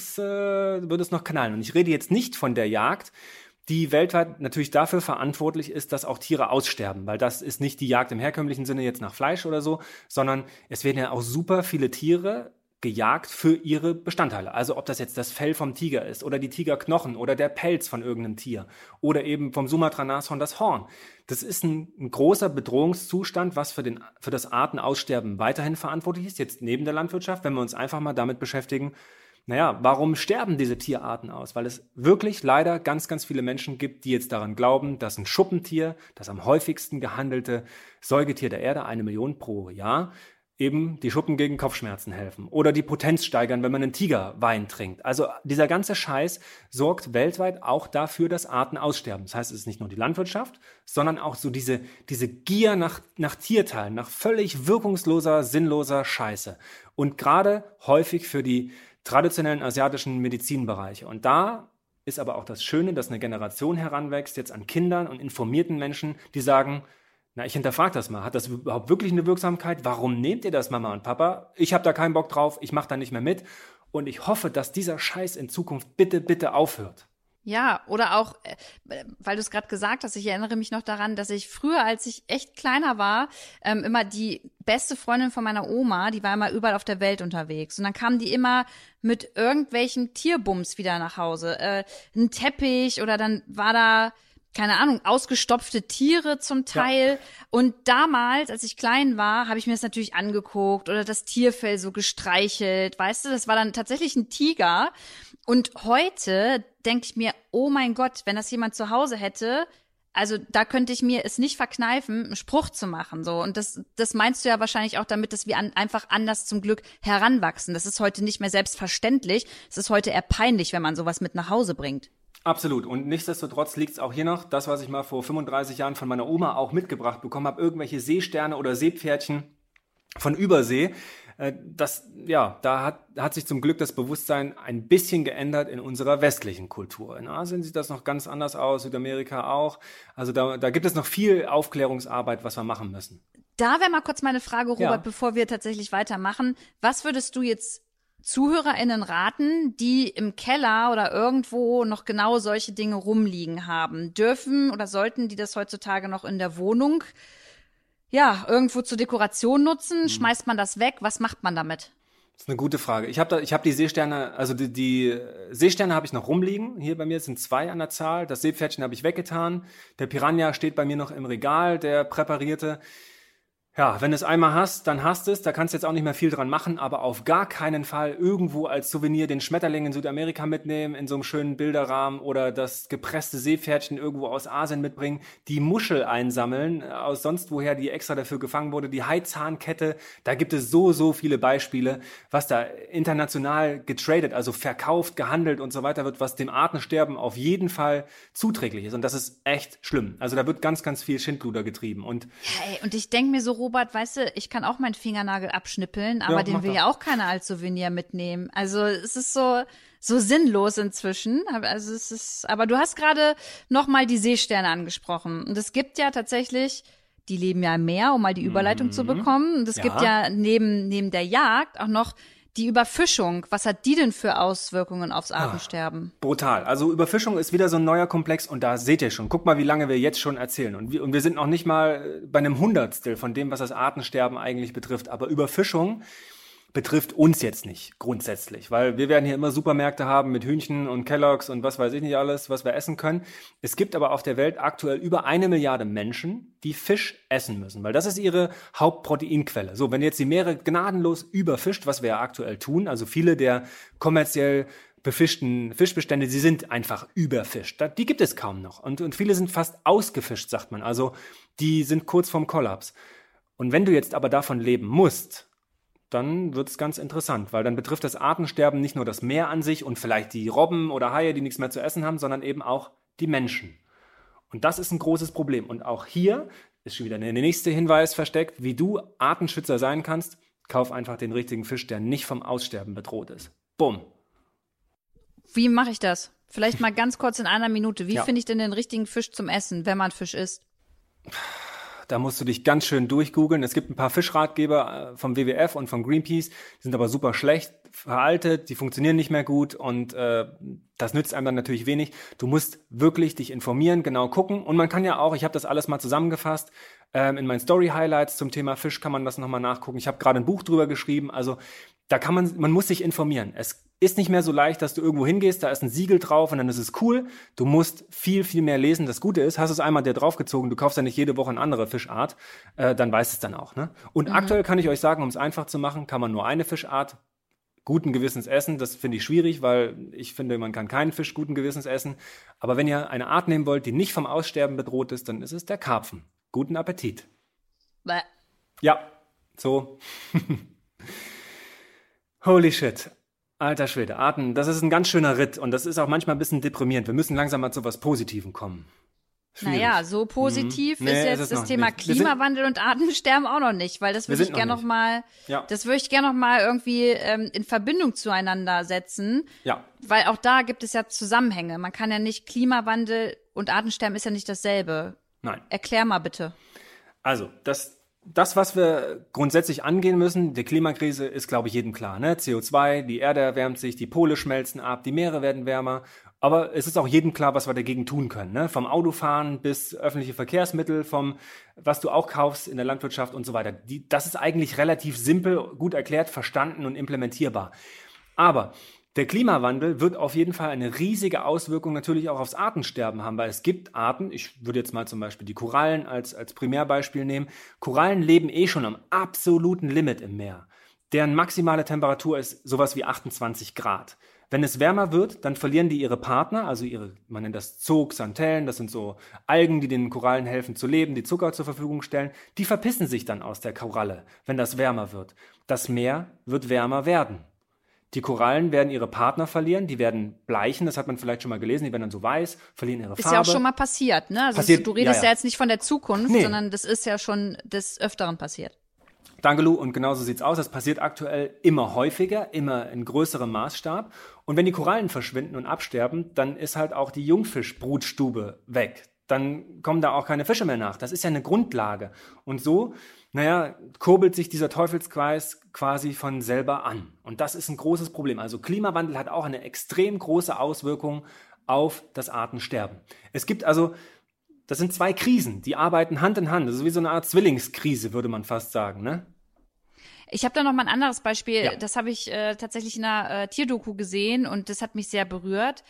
es noch knallen. Und ich rede jetzt nicht von der Jagd, die weltweit natürlich dafür verantwortlich ist, dass auch Tiere aussterben, weil das ist nicht die Jagd im herkömmlichen Sinne jetzt nach Fleisch oder so, sondern es werden ja auch super viele Tiere gejagt für ihre Bestandteile. Also ob das jetzt das Fell vom Tiger ist oder die Tigerknochen oder der Pelz von irgendeinem Tier oder eben vom Sumatra-Nashorn das Horn. Das ist ein großer Bedrohungszustand, was für das Artenaussterben weiterhin verantwortlich ist, jetzt neben der Landwirtschaft, wenn wir uns einfach mal damit beschäftigen, warum sterben diese Tierarten aus? Weil es wirklich leider ganz, ganz viele Menschen gibt, die jetzt daran glauben, dass ein Schuppentier, das am häufigsten gehandelte Säugetier der Erde, 1 Million pro Jahr, eben die Schuppen gegen Kopfschmerzen helfen oder die Potenz steigern, wenn man einen Tigerwein trinkt. Also dieser ganze Scheiß sorgt weltweit auch dafür, dass Arten aussterben. Das heißt, es ist nicht nur die Landwirtschaft, sondern auch so diese Gier nach Tierteilen, nach völlig wirkungsloser, sinnloser Scheiße. Und gerade häufig für die traditionellen asiatischen Medizinbereiche. Und da ist aber auch das Schöne, dass eine Generation heranwächst, jetzt an Kindern und informierten Menschen, die sagen, ich hinterfrage das mal. Hat das überhaupt wirklich eine Wirksamkeit? Warum nehmt ihr das, Mama und Papa? Ich habe da keinen Bock drauf, ich mache da nicht mehr mit. Und ich hoffe, dass dieser Scheiß in Zukunft bitte, bitte aufhört. Ja, oder auch, weil du es gerade gesagt hast, ich erinnere mich noch daran, dass ich früher, als ich echt kleiner war, immer die beste Freundin von meiner Oma, die war immer überall auf der Welt unterwegs. Und dann kamen die immer mit irgendwelchen Tierbums wieder nach Hause. Ein Teppich oder dann war da, keine Ahnung, ausgestopfte Tiere zum Teil. Ja. Und damals, als ich klein war, habe ich mir das natürlich angeguckt oder das Tierfell so gestreichelt. Weißt du, das war dann tatsächlich ein Tiger. Und heute denke ich mir, oh mein Gott, wenn das jemand zu Hause hätte, also da könnte ich mir es nicht verkneifen, einen Spruch zu machen. So. Und das meinst du ja wahrscheinlich auch damit, dass wir einfach anders zum Glück heranwachsen. Das ist heute nicht mehr selbstverständlich. Es ist heute eher peinlich, wenn man sowas mit nach Hause bringt. Absolut. Und nichtsdestotrotz liegt es auch hier noch, das, was ich mal vor 35 Jahren von meiner Oma auch mitgebracht bekommen habe, irgendwelche Seesterne oder Seepferdchen von Übersee. Da hat sich zum Glück das Bewusstsein ein bisschen geändert in unserer westlichen Kultur. In Asien sieht das noch ganz anders aus, Südamerika auch. Also da gibt es noch viel Aufklärungsarbeit, was wir machen müssen. Da wäre mal kurz meine Frage, Robert, bevor wir tatsächlich weitermachen. Was würdest du jetzt ZuhörerInnen raten, die im Keller oder irgendwo noch genau solche Dinge rumliegen haben? Dürfen oder sollten die das heutzutage noch in der Wohnung irgendwo zur Dekoration nutzen? Schmeißt man das weg? Was macht man damit? Das ist eine gute Frage. Ich hab die Seesterne, also die Seesterne habe ich noch rumliegen. Hier bei mir sind 2 an der Zahl. Das Seepferdchen habe ich weggetan. Der Piranha steht bei mir noch im Regal, der präparierte. Ja, wenn du es einmal hast, dann hast es. Da kannst du jetzt auch nicht mehr viel dran machen, aber auf gar keinen Fall irgendwo als Souvenir den Schmetterling in Südamerika mitnehmen, in so einem schönen Bilderrahmen oder das gepresste Seepferdchen irgendwo aus Asien mitbringen, die Muschel einsammeln, aus sonst woher, die extra dafür gefangen wurde, die Haizahnkette. Da gibt es so viele Beispiele, was da international getradet, also verkauft, gehandelt und so weiter wird, was dem Artensterben auf jeden Fall zuträglich ist. Und das ist echt schlimm. Also da wird ganz, ganz viel Schindluder getrieben. Und ich denke mir so, Robert, weißt du, ich kann auch meinen Fingernagel abschnippeln, aber den will ja auch keiner als Souvenir mitnehmen. Also es ist so sinnlos inzwischen. Also aber du hast gerade noch mal die Seesterne angesprochen. Und es gibt ja tatsächlich, die leben ja im Meer, um mal die Überleitung zu bekommen. Und es gibt ja neben der Jagd auch noch die Überfischung. Was hat die denn für Auswirkungen aufs Artensterben? Brutal. Also Überfischung ist wieder so ein neuer Komplex und da seht ihr schon. Guck mal, wie lange wir jetzt schon erzählen. Und wir sind noch nicht mal bei einem Hundertstel von dem, was das Artensterben eigentlich betrifft. Aber Überfischung betrifft uns jetzt nicht grundsätzlich, weil wir werden hier immer Supermärkte haben mit Hühnchen und Kellogg's und was weiß ich nicht alles, was wir essen können. Es gibt aber auf der Welt aktuell über 1 Milliarde Menschen, die Fisch essen müssen, weil das ist ihre Hauptproteinquelle. So, wenn jetzt die Meere gnadenlos überfischt, was wir ja aktuell tun, also viele der kommerziell befischten Fischbestände, sie sind einfach überfischt. Die gibt es kaum noch. Und viele sind fast ausgefischt, sagt man. Also die sind kurz vorm Kollaps. Und wenn du jetzt aber davon leben musst, dann wird es ganz interessant, weil dann betrifft das Artensterben nicht nur das Meer an sich und vielleicht die Robben oder Haie, die nichts mehr zu essen haben, sondern eben auch die Menschen. Und das ist ein großes Problem. Und auch hier ist schon wieder der nächste Hinweis versteckt, wie du Artenschützer sein kannst. Kauf einfach den richtigen Fisch, der nicht vom Aussterben bedroht ist. Bumm. Wie mache ich das? Vielleicht mal ganz kurz in einer Minute. Wie finde ich denn den richtigen Fisch zum Essen, wenn man Fisch isst? Da musst du dich ganz schön durchgoogeln. Es gibt ein paar Fischratgeber vom WWF und von Greenpeace, die sind aber super schlecht veraltet, die funktionieren nicht mehr gut und das nützt einem dann natürlich wenig. Du musst wirklich dich informieren, genau gucken und man kann ja auch, ich habe das alles mal zusammengefasst, in meinen Story-Highlights zum Thema Fisch kann man das nochmal nachgucken. Ich habe gerade ein Buch drüber geschrieben, also da kann man muss sich informieren. Es ist nicht mehr so leicht, dass du irgendwo hingehst, da ist ein Siegel drauf und dann ist es cool. Du musst viel, viel mehr lesen. Das Gute ist, hast du es einmal dir draufgezogen, du kaufst ja nicht jede Woche eine andere Fischart, dann weißt du es dann auch. Ne? Und aktuell kann ich euch sagen, um es einfach zu machen, kann man nur eine Fischart guten Gewissens essen. Das finde ich schwierig, weil ich finde, man kann keinen Fisch guten Gewissens essen. Aber wenn ihr eine Art nehmen wollt, die nicht vom Aussterben bedroht ist, dann ist es der Karpfen. Guten Appetit. Bäh. Ja, so. Holy shit. Alter Schwede, Arten, das ist ein ganz schöner Ritt und das ist auch manchmal ein bisschen deprimierend. Wir müssen langsam mal zu was Positivem kommen. Schwierig. Naja, so positiv ist jetzt das Thema Klimawandel und Artensterben auch noch nicht, weil das würde ich gerne noch mal, das würde ich gerne noch mal irgendwie in Verbindung zueinander setzen. Ja. Weil auch da gibt es ja Zusammenhänge. Man kann ja nicht, Klimawandel und Artensterben ist ja nicht dasselbe. Nein. Erklär mal bitte. Also, das, was wir grundsätzlich angehen müssen, die Klimakrise ist, glaube ich, jedem klar. Ne? CO2, die Erde erwärmt sich, die Pole schmelzen ab, die Meere werden wärmer. Aber es ist auch jedem klar, was wir dagegen tun können. Ne? Vom Autofahren bis öffentliche Verkehrsmittel, vom was du auch kaufst in der Landwirtschaft und so weiter. Das ist eigentlich relativ simpel, gut erklärt, verstanden und implementierbar. Aber der Klimawandel wird auf jeden Fall eine riesige Auswirkung natürlich auch aufs Artensterben haben, weil es gibt Arten, ich würde jetzt mal zum Beispiel die Korallen als Primärbeispiel nehmen. Korallen leben schon am absoluten Limit im Meer. Deren maximale Temperatur ist sowas wie 28 Grad. Wenn es wärmer wird, dann verlieren die ihre Partner, also man nennt das Zooxanthellen, das sind so Algen, die den Korallen helfen zu leben, die Zucker zur Verfügung stellen. Die verpissen sich dann aus der Koralle, wenn das wärmer wird. Das Meer wird wärmer werden. Die Korallen werden ihre Partner verlieren, die werden bleichen, das hat man vielleicht schon mal gelesen, die werden dann so weiß, verlieren ihre Farbe. Ist ja auch schon mal passiert, ne? Also du redest ja jetzt nicht von der Zukunft, sondern das ist ja schon des Öfteren passiert. Danke, Lu, und genauso sieht's aus. Das passiert aktuell immer häufiger, immer in größerem Maßstab. Und wenn die Korallen verschwinden und absterben, dann ist halt auch die Jungfischbrutstube weg. Dann kommen da auch keine Fische mehr nach. Das ist ja eine Grundlage. Und so, kurbelt sich dieser Teufelskreis quasi von selber an. Und das ist ein großes Problem. Also Klimawandel hat auch eine extrem große Auswirkung auf das Artensterben. Es gibt also, das sind zwei Krisen, die arbeiten Hand in Hand. Das ist wie so eine Art Zwillingskrise, würde man fast sagen, ne? Ich habe da noch mal ein anderes Beispiel. Das habe ich tatsächlich in einer Tierdoku gesehen und das hat mich sehr berührt.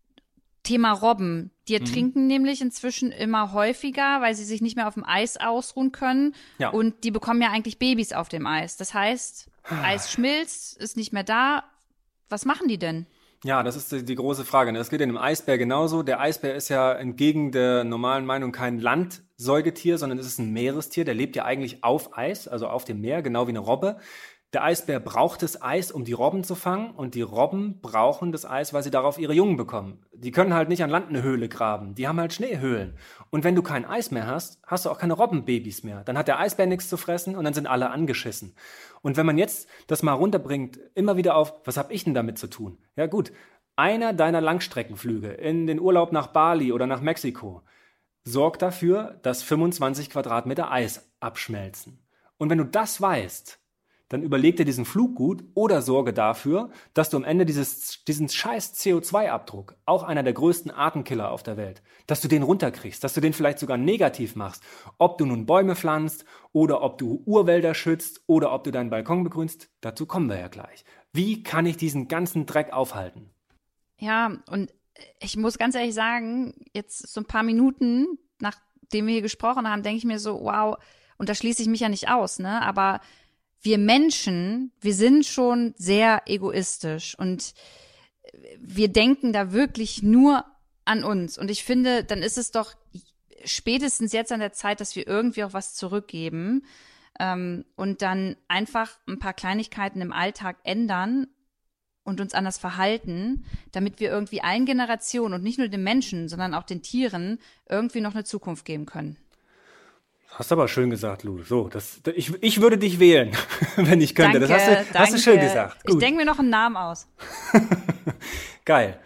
Thema Robben. Die ertrinken nämlich inzwischen immer häufiger, weil sie sich nicht mehr auf dem Eis ausruhen können. Ja. Und die bekommen ja eigentlich Babys auf dem Eis. Das heißt, Eis schmilzt, ist nicht mehr da. Was machen die denn? Ja, das ist die große Frage. Das geht in einem Eisbär genauso. Der Eisbär ist ja entgegen der normalen Meinung kein Landsäugetier, sondern es ist ein Meerestier. Der lebt ja eigentlich auf Eis, also auf dem Meer, genau wie eine Robbe. Der Eisbär braucht das Eis, um die Robben zu fangen. Und die Robben brauchen das Eis, weil sie darauf ihre Jungen bekommen. Die können halt nicht an Land eine Höhle graben. Die haben halt Schneehöhlen. Und wenn du kein Eis mehr hast, hast du auch keine Robbenbabys mehr. Dann hat der Eisbär nichts zu fressen und dann sind alle angeschissen. Und wenn man jetzt das mal runterbringt, immer wieder auf, was habe ich denn damit zu tun? Ja gut, einer deiner Langstreckenflüge in den Urlaub nach Bali oder nach Mexiko sorgt dafür, dass 25 Quadratmeter Eis abschmelzen. Und wenn du das weißt, dann überleg dir diesen Flug gut oder sorge dafür, dass du am Ende diesen scheiß CO2-Abdruck, auch einer der größten Artenkiller auf der Welt, dass du den runterkriegst, dass du den vielleicht sogar negativ machst. Ob du nun Bäume pflanzt oder ob du Urwälder schützt oder ob du deinen Balkon begrünst, dazu kommen wir ja gleich. Wie kann ich diesen ganzen Dreck aufhalten? Ja, und ich muss ganz ehrlich sagen, jetzt so ein paar Minuten, nachdem wir hier gesprochen haben, denke ich mir so, wow, und da schließe ich mich ja nicht aus, ne? Aber wir Menschen, wir sind schon sehr egoistisch und wir denken da wirklich nur an uns. Und ich finde, dann ist es doch spätestens jetzt an der Zeit, dass wir irgendwie auch was zurückgeben und dann einfach ein paar Kleinigkeiten im Alltag ändern und uns anders verhalten, damit wir irgendwie allen Generationen und nicht nur den Menschen, sondern auch den Tieren irgendwie noch eine Zukunft geben können. Hast aber schön gesagt, Lu. So, ich würde dich wählen, wenn ich könnte. Danke, das hast du schön gesagt. Gut. Ich denke mir noch einen Namen aus. Geil.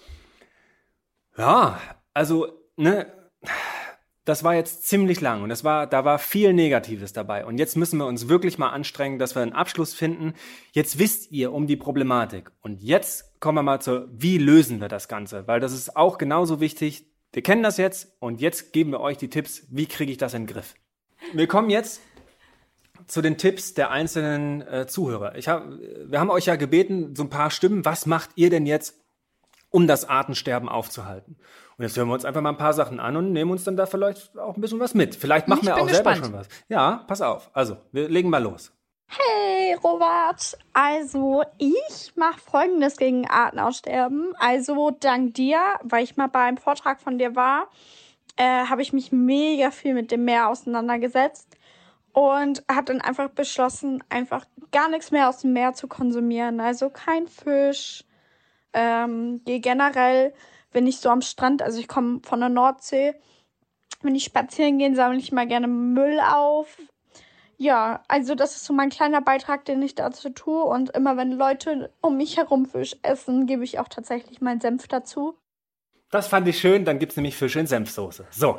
Ja, also, ne, das war jetzt ziemlich lang und da war viel Negatives dabei. Und jetzt müssen wir uns wirklich mal anstrengen, dass wir einen Abschluss finden. Jetzt wisst ihr um die Problematik. Und jetzt kommen wir mal wie lösen wir das Ganze? Weil das ist auch genauso wichtig. Wir kennen das jetzt und jetzt geben wir euch die Tipps, wie kriege ich das in den Griff. Wir kommen jetzt zu den Tipps der einzelnen Zuhörer. Wir haben euch ja gebeten, so ein paar Stimmen, was macht ihr denn jetzt, um das Artensterben aufzuhalten? Und jetzt hören wir uns einfach mal ein paar Sachen an und nehmen uns dann da vielleicht auch ein bisschen was mit. Vielleicht machen wir auch selber schon was. Ja, pass auf. Also, wir legen mal los. Hey Robert, also ich mache Folgendes gegen Artenaussterben. Also dank dir, weil ich mal bei einem Vortrag von dir war, habe ich mich mega viel mit dem Meer auseinandergesetzt und habe dann einfach beschlossen, einfach gar nichts mehr aus dem Meer zu konsumieren. Also kein Fisch, gehe generell, wenn ich so am Strand, also ich komme von der Nordsee, wenn ich spazieren gehe, sammle ich mal gerne Müll auf. Ja, also das ist so mein kleiner Beitrag, den ich dazu tue. Und immer wenn Leute um mich herum Fisch essen, gebe ich auch tatsächlich meinen Senf dazu. Das fand ich schön, dann gibt's nämlich Fisch in Senfsoße. So.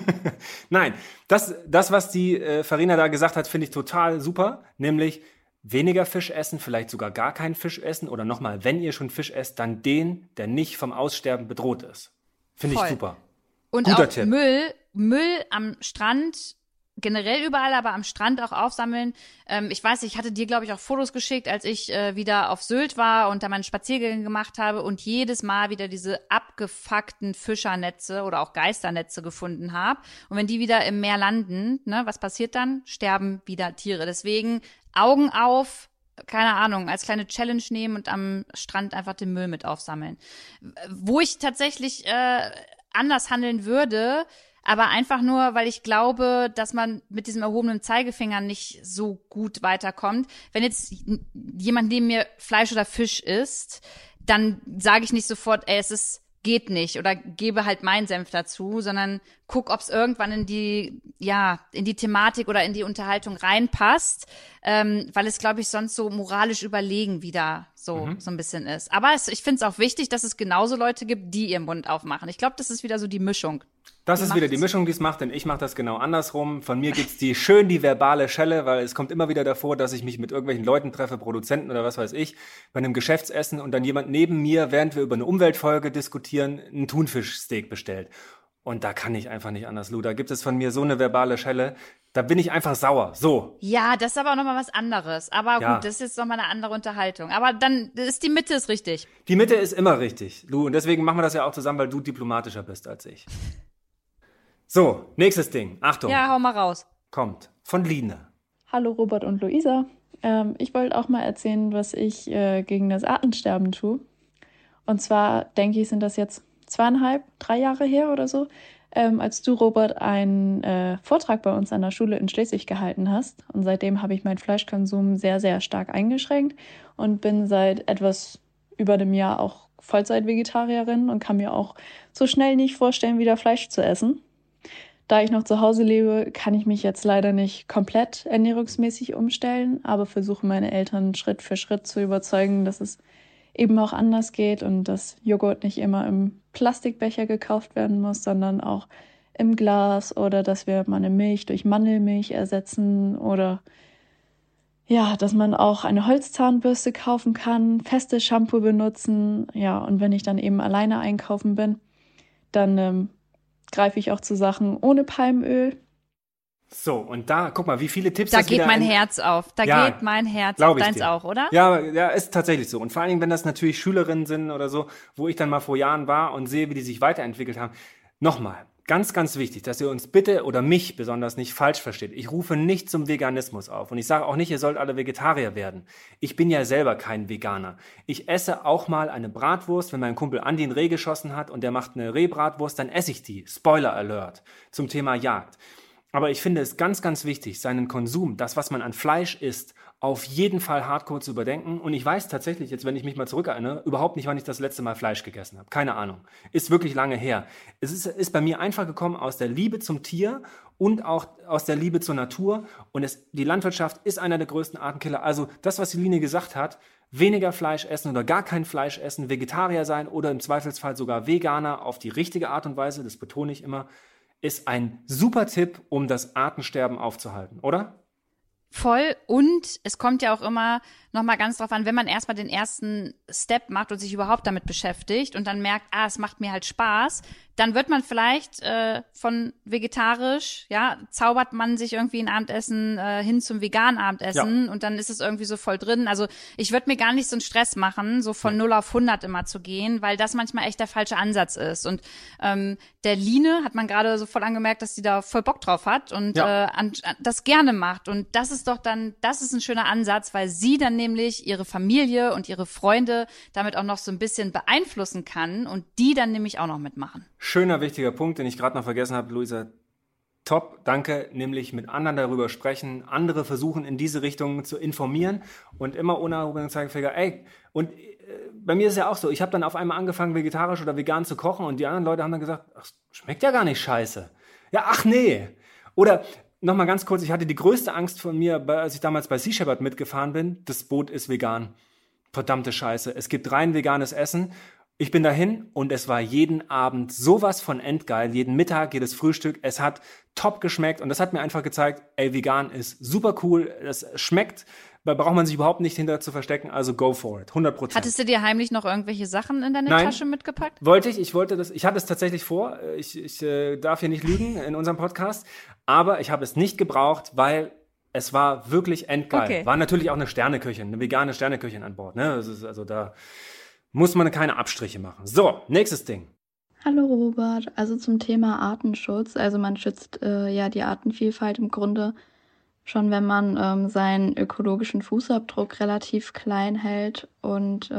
Nein, das, was die Farina da gesagt hat, finde ich total super. Nämlich weniger Fisch essen, vielleicht sogar gar keinen Fisch essen. Oder nochmal, wenn ihr schon Fisch esst, dann den, der nicht vom Aussterben bedroht ist. Finde ich super. Und guter auch Tipp. Müll am Strand, generell überall, aber am Strand auch aufsammeln. Ich weiß, ich hatte dir, glaube ich, auch Fotos geschickt, als ich wieder auf Sylt war und da meinen Spaziergang gemacht habe und jedes Mal wieder diese abgefuckten Fischernetze oder auch Geisternetze gefunden habe. Und wenn die wieder im Meer landen, ne, was passiert dann? Sterben wieder Tiere. Deswegen Augen auf, keine Ahnung, als kleine Challenge nehmen und am Strand einfach den Müll mit aufsammeln. Wo ich tatsächlich anders handeln würde, aber einfach nur, weil ich glaube, dass man mit diesem erhobenen Zeigefinger nicht so gut weiterkommt. Wenn jetzt jemand neben mir Fleisch oder Fisch isst, dann sage ich nicht sofort, geht nicht oder gebe halt meinen Senf dazu, sondern guck, ob es irgendwann in die Thematik oder in die Unterhaltung reinpasst, weil es, glaube ich, sonst so moralisch überlegen wieder so ein bisschen ist. Aber ich finde es auch wichtig, dass es genauso Leute gibt, die ihren Mund aufmachen. Ich glaube, das ist wieder so die Mischung. Das ist wieder die Mischung, die es macht, denn ich mache das genau andersrum. Von mir gibt's die verbale Schelle, weil es kommt immer wieder davor, dass ich mich mit irgendwelchen Leuten treffe, Produzenten oder was weiß ich, bei einem Geschäftsessen und dann jemand neben mir, während wir über eine Umweltfolge diskutieren, einen Thunfischsteak bestellt. Und da kann ich einfach nicht anders, Lu. Da gibt es von mir so eine verbale Schelle, da bin ich einfach sauer. So. Ja, das ist aber auch nochmal was anderes. Aber Ja. gut, das ist jetzt nochmal eine andere Unterhaltung. Aber dann ist die Mitte ist richtig. Die Mitte ist immer richtig, Lu. Und deswegen machen wir das ja auch zusammen, weil du diplomatischer bist als ich. So, nächstes Ding. Achtung. Ja, hau mal raus. Kommt von Line. Hallo Robert und Luisa. Ich wollte auch mal erzählen, was ich gegen das Artensterben tue. Und zwar, denke ich, sind das jetzt 2,5, 3 Jahre her oder so, als du, Robert, einen Vortrag bei uns an der Schule in Schleswig gehalten hast. Und seitdem habe ich meinen Fleischkonsum sehr, sehr stark eingeschränkt und bin seit etwas über einem Jahr auch Vollzeit-Vegetarierin und kann mir auch so schnell nicht vorstellen, wieder Fleisch zu essen. Da ich noch zu Hause lebe, kann ich mich jetzt leider nicht komplett ernährungsmäßig umstellen, aber versuche meine Eltern Schritt für Schritt zu überzeugen, dass es eben auch anders geht und dass Joghurt nicht immer im Plastikbecher gekauft werden muss, sondern auch im Glas oder dass wir meine Milch durch Mandelmilch ersetzen oder ja, dass man auch eine Holzzahnbürste kaufen kann, festes Shampoo benutzen. Ja, und wenn ich dann eben alleine einkaufen bin, dann greife ich auch zu Sachen ohne Palmöl. So, und da, guck mal, wie viele Tipps Da das geht wieder mein in- Herz auf. Da Ja, geht mein Herz glaub auf. ich Deins dir. auch, oder? Ja, ist tatsächlich so. Und vor allen Dingen, wenn das natürlich Schülerinnen sind oder so, wo ich dann mal vor Jahren war und sehe, wie die sich weiterentwickelt haben. Nochmal, ganz, ganz wichtig, dass ihr uns bitte oder mich besonders nicht falsch versteht. Ich rufe nicht zum Veganismus auf und ich sage auch nicht, ihr sollt alle Vegetarier werden. Ich bin ja selber kein Veganer. Ich esse auch mal eine Bratwurst, wenn mein Kumpel Andi ein Reh geschossen hat und der macht eine Rehbratwurst, dann esse ich die. Spoiler Alert zum Thema Jagd. Aber ich finde es ganz, ganz wichtig, seinen Konsum, das, was man an Fleisch isst, auf jeden Fall hardcore zu überdenken. Und ich weiß tatsächlich, jetzt wenn ich mich mal zurückerinnere, überhaupt nicht, wann ich das letzte Mal Fleisch gegessen habe. Keine Ahnung. Ist wirklich lange her. Es ist bei mir einfach gekommen aus der Liebe zum Tier und auch aus der Liebe zur Natur. Und die Landwirtschaft ist einer der größten Artenkiller. Also das, was Celine gesagt hat, weniger Fleisch essen oder gar kein Fleisch essen, Vegetarier sein oder im Zweifelsfall sogar Veganer auf die richtige Art und Weise, das betone ich immer, ist ein super Tipp, um das Artensterben aufzuhalten, oder? Voll. Und es kommt ja auch immer noch mal ganz drauf an, wenn man erstmal den ersten Step macht und sich überhaupt damit beschäftigt und dann merkt, es macht mir halt Spaß, dann wird man vielleicht von vegetarisch, ja, zaubert man sich irgendwie ein Abendessen hin zum veganen Abendessen und dann ist es irgendwie so voll drin. Also ich würde mir gar nicht so einen Stress machen, so von 0 auf 100 immer zu gehen, weil das manchmal echt der falsche Ansatz ist. Und der Line hat man gerade so voll angemerkt, dass sie da voll Bock drauf hat und das gerne macht. Und das ist ein schöner Ansatz, weil sie dann nämlich ihre Familie und ihre Freunde damit auch noch so ein bisschen beeinflussen kann und die dann nämlich auch noch mitmachen. Schöner, wichtiger Punkt, den ich gerade noch vergessen habe, Luisa. Top, danke, nämlich mit anderen darüber sprechen, andere versuchen in diese Richtung zu informieren und immer ohne erhobenen Zeigefinger, und bei mir ist es ja auch so, ich habe dann auf einmal angefangen, vegetarisch oder vegan zu kochen und die anderen Leute haben dann gesagt, schmeckt ja gar nicht scheiße. Ja, ach nee. Oder nochmal ganz kurz, ich hatte die größte Angst von mir, als ich damals bei Sea Shepherd mitgefahren bin, das Boot ist vegan. Verdammte Scheiße, es gibt rein veganes Essen. Ich bin dahin und es war jeden Abend sowas von endgeil, jeden Mittag, jedes Frühstück. Es hat top geschmeckt und das hat mir einfach gezeigt, vegan ist super cool, es schmeckt, da braucht man sich überhaupt nicht hinter zu verstecken, also go for it, 100%. Hattest du dir heimlich noch irgendwelche Sachen in deine Tasche mitgepackt? Ich hatte es tatsächlich vor, ich darf hier nicht lügen in unserem Podcast, aber ich habe es nicht gebraucht, weil es war wirklich endgeil. Okay. War natürlich auch eine Sterneköchin, eine vegane Sterneköchin an Bord, ne? Also da muss man keine Abstriche machen. So, nächstes Ding. Hallo Robert, also zum Thema Artenschutz. Also man schützt die Artenvielfalt im Grunde schon, wenn man seinen ökologischen Fußabdruck relativ klein hält. Und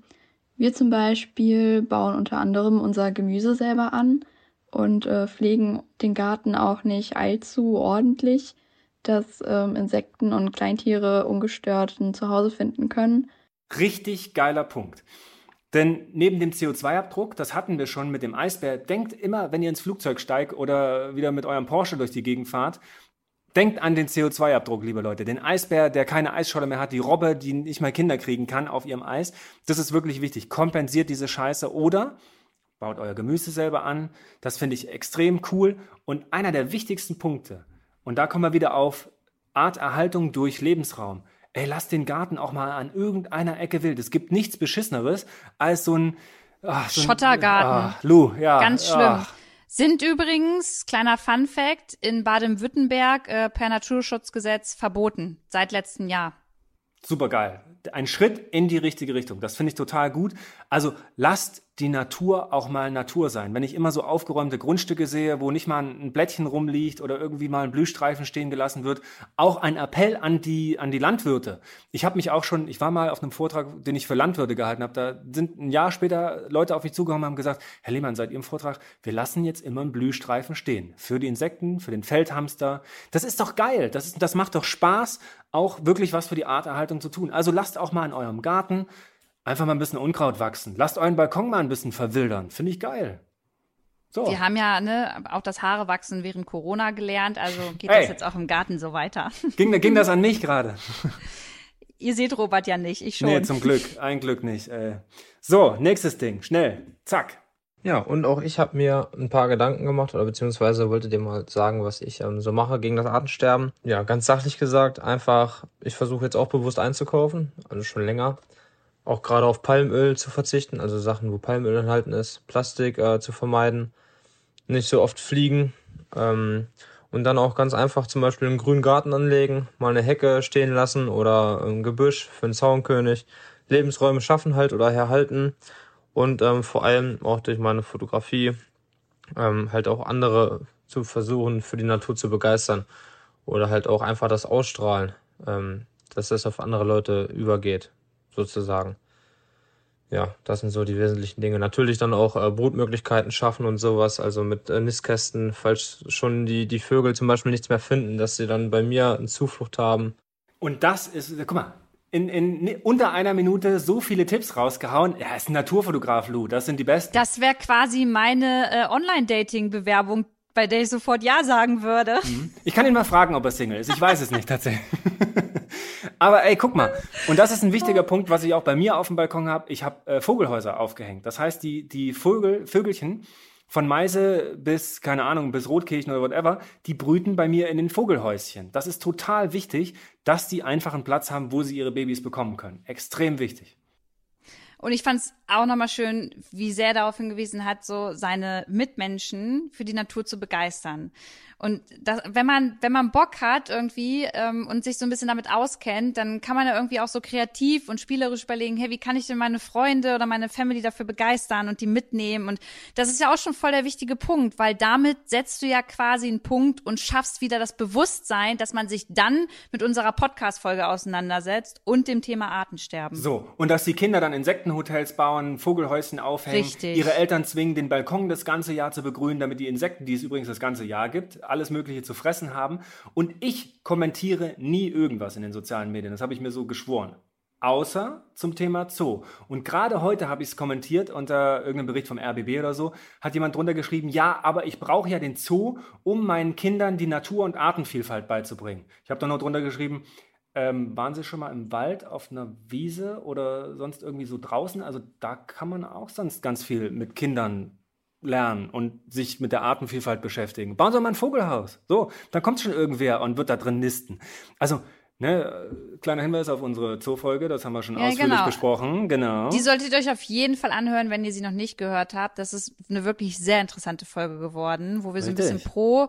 wir zum Beispiel bauen unter anderem unser Gemüse selber an und pflegen den Garten auch nicht allzu ordentlich, dass Insekten und Kleintiere ungestört ein Zuhause finden können. Richtig geiler Punkt. Denn neben dem CO2-Abdruck, das hatten wir schon mit dem Eisbär, denkt immer, wenn ihr ins Flugzeug steigt oder wieder mit eurem Porsche durch die Gegend fahrt, denkt an den CO2-Abdruck, liebe Leute. Den Eisbär, der keine Eisscholle mehr hat, die Robbe, die nicht mal Kinder kriegen kann auf ihrem Eis. Das ist wirklich wichtig. Kompensiert diese Scheiße oder baut euer Gemüse selber an. Das finde ich extrem cool. Und einer der wichtigsten Punkte, und da kommen wir wieder auf Arterhaltung durch Lebensraum. Lasst den Garten auch mal an irgendeiner Ecke wild. Es gibt nichts Beschisseneres als so ein Schottergarten. Lou, ja. Ganz schlimm. Sind übrigens, kleiner Funfact, in Baden-Württemberg per Naturschutzgesetz verboten. Seit letztem Jahr. Super geil. Ein Schritt in die richtige Richtung. Das finde ich total gut. Also lasst die Natur auch mal Natur sein. Wenn ich immer so aufgeräumte Grundstücke sehe, wo nicht mal ein Blättchen rumliegt oder irgendwie mal ein Blühstreifen stehen gelassen wird, auch ein Appell an die Landwirte. Ich war mal auf einem Vortrag, den ich für Landwirte gehalten habe, da sind ein Jahr später Leute auf mich zugekommen und haben gesagt, Herr Lehmann, seit Ihrem Vortrag, wir lassen jetzt immer einen Blühstreifen stehen. Für die Insekten, für den Feldhamster. Das ist doch geil. Das macht doch Spaß, auch wirklich was für die Arterhaltung zu tun. Also lasst auch mal in eurem Garten einfach mal ein bisschen Unkraut wachsen. Lasst euren Balkon mal ein bisschen verwildern. Finde ich geil. So. Wir haben ja auch das Haare wachsen während Corona gelernt, also geht das jetzt auch im Garten so weiter. Ging das an mich gerade? Ihr seht Robert ja nicht, ich schon. Nee, zum Glück. Ein Glück nicht. So, nächstes Ding. Schnell. Zack. Ja, und auch ich habe mir ein paar Gedanken gemacht oder beziehungsweise wollte dir mal sagen, was ich so mache gegen das Artensterben. Ja, ganz sachlich gesagt, einfach, ich versuche jetzt auch bewusst einzukaufen, also schon länger. Auch gerade auf Palmöl zu verzichten, also Sachen, wo Palmöl enthalten ist, Plastik zu vermeiden, nicht so oft fliegen und dann auch ganz einfach zum Beispiel einen grünen Garten anlegen, mal eine Hecke stehen lassen oder ein Gebüsch für einen Zaunkönig, Lebensräume schaffen halt oder herhalten. Und vor allem auch durch meine Fotografie halt auch andere zu versuchen, für die Natur zu begeistern. Oder halt auch einfach das Ausstrahlen, dass das auf andere Leute übergeht, sozusagen. Ja, das sind so die wesentlichen Dinge. Natürlich dann auch Brutmöglichkeiten schaffen und sowas, also mit Nistkästen, falls schon die Vögel zum Beispiel nichts mehr finden, dass sie dann bei mir eine Zuflucht haben. Und das ist, guck mal, in unter einer Minute so viele Tipps rausgehauen. Er ist ein Naturfotograf, Lou. Das sind die besten. Das wäre quasi meine Online-Dating-Bewerbung, bei der ich sofort Ja sagen würde. Ich kann ihn mal fragen, ob er Single ist. Ich weiß es nicht tatsächlich. Aber ey, guck mal. Und das ist ein wichtiger Punkt, was ich auch bei mir auf dem Balkon habe. Ich habe Vogelhäuser aufgehängt. Das heißt, die Vögelchen von Meise bis, keine Ahnung, bis Rotkehlchen oder whatever, die brüten bei mir in den Vogelhäuschen. Das ist total wichtig, dass die einfach einen Platz haben, wo sie ihre Babys bekommen können. Extrem wichtig. Und ich fand es auch nochmal schön, wie sehr er darauf hingewiesen hat, so seine Mitmenschen für die Natur zu begeistern. Und das, wenn man Bock hat irgendwie und sich so ein bisschen damit auskennt, dann kann man ja irgendwie auch so kreativ und spielerisch überlegen, hey, wie kann ich denn meine Freunde oder meine Family dafür begeistern und die mitnehmen? Und das ist ja auch schon voll der wichtige Punkt, weil damit setzt du ja quasi einen Punkt und schaffst wieder das Bewusstsein, dass man sich dann mit unserer Podcast-Folge auseinandersetzt und dem Thema Artensterben. So, und dass die Kinder dann Insektenhotels bauen, Vogelhäuschen aufhängen, Richtig. Ihre Eltern zwingen, den Balkon das ganze Jahr zu begrünen, damit die Insekten, die es übrigens das ganze Jahr gibt, alles Mögliche zu fressen haben. Und ich kommentiere nie irgendwas in den sozialen Medien. Das habe ich mir so geschworen. Außer zum Thema Zoo. Und gerade heute habe ich es kommentiert unter irgendeinem Bericht vom RBB oder so, hat jemand drunter geschrieben, ja, aber ich brauche ja den Zoo, um meinen Kindern die Natur- und Artenvielfalt beizubringen. Ich habe dann noch drunter geschrieben, waren Sie schon mal im Wald auf einer Wiese oder sonst irgendwie so draußen? Also da kann man auch sonst ganz viel mit Kindern lernen und sich mit der Artenvielfalt beschäftigen. Bauen Sie mal ein Vogelhaus. So, dann kommt schon irgendwer und wird da drin nisten. Also, kleiner Hinweis auf unsere Zoo-Folge, das haben wir schon ausführlich besprochen. Genau. Die solltet ihr euch auf jeden Fall anhören, wenn ihr sie noch nicht gehört habt. Das ist eine wirklich sehr interessante Folge geworden, wo wir so ein bisschen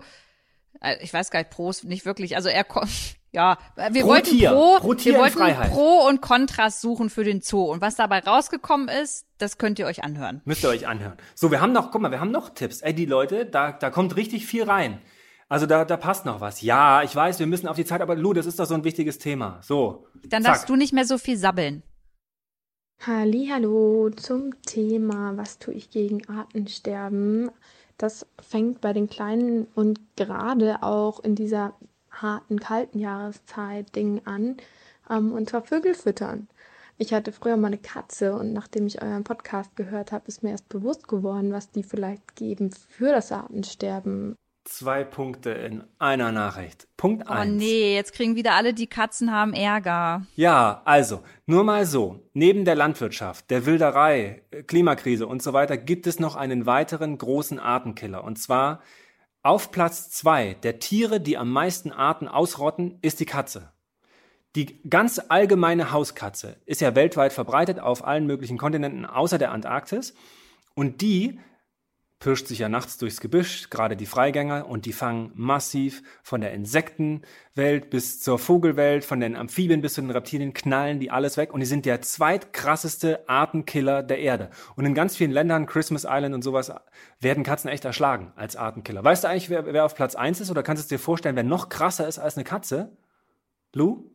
ich weiß gar nicht, pro ist nicht wirklich, also er kommt, ja, wir wollten Pro und Kontras suchen für den Zoo. Und was dabei rausgekommen ist, das könnt ihr euch anhören. Müsst ihr euch anhören. So, wir haben noch Tipps. Ey, die Leute, da kommt richtig viel rein. Also da passt noch was. Ja, ich weiß, wir müssen auf die Zeit, aber Lou, das ist doch so ein wichtiges Thema. So. Dann darfst du nicht mehr so viel sabbeln. Hallihallo zum Thema, was tue ich gegen Artensterben? Das fängt bei den kleinen und gerade auch in dieser harten, kalten Jahreszeit Dingen an, und zwar Vögel füttern. Ich hatte früher mal eine Katze und nachdem ich euren Podcast gehört habe, ist mir erst bewusst geworden, was die vielleicht geben für das Artensterben. 2 Punkte in einer Nachricht. Punkt 1. Oh nee, jetzt kriegen wieder alle, die Katzen haben, Ärger. Ja, also, nur mal so. Neben der Landwirtschaft, der Wilderei, Klimakrise und so weiter gibt es noch einen weiteren großen Artenkiller. Und zwar auf Platz 2 der Tiere, die am meisten Arten ausrotten, ist die Katze. Die ganz allgemeine Hauskatze ist ja weltweit verbreitet auf allen möglichen Kontinenten außer der Antarktis. Und die pirscht sich ja nachts durchs Gebüsch, gerade die Freigänger, und die fangen massiv von der Insektenwelt bis zur Vogelwelt, von den Amphibien bis zu den Reptilien, knallen die alles weg und die sind der zweitkrasseste Artenkiller der Erde. Und in ganz vielen Ländern, Christmas Island und sowas, werden Katzen echt erschlagen als Artenkiller. Weißt du eigentlich, wer auf Platz 1 ist oder kannst du dir vorstellen, wer noch krasser ist als eine Katze? Lou?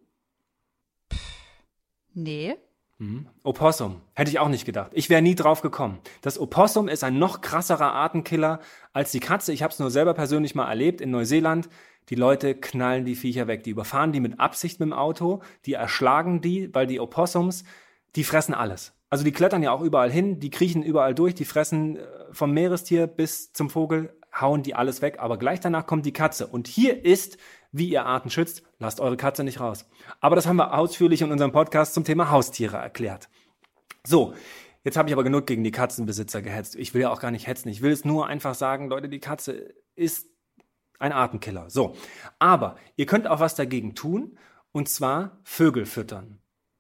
Nee. Opossum. Hätte ich auch nicht gedacht. Ich wäre nie drauf gekommen. Das Opossum ist ein noch krasserer Artenkiller als die Katze. Ich habe es nur selber persönlich mal erlebt in Neuseeland. Die Leute knallen die Viecher weg. Die überfahren die mit Absicht mit dem Auto. Die erschlagen die, weil die Opossums, die fressen alles. Also die klettern ja auch überall hin. Die kriechen überall durch. Die fressen vom Meerestier bis zum Vogel, hauen die alles weg. Aber gleich danach kommt die Katze. Und hier ist, wie ihr Arten schützt, lasst eure Katze nicht raus. Aber das haben wir ausführlich in unserem Podcast zum Thema Haustiere erklärt. So, Jetzt habe ich aber genug gegen die Katzenbesitzer gehetzt. Ich will ja auch gar nicht hetzen. Ich will es nur einfach sagen, Leute, die Katze ist ein Artenkiller. So, aber ihr könnt auch was dagegen tun, und zwar Vögel füttern.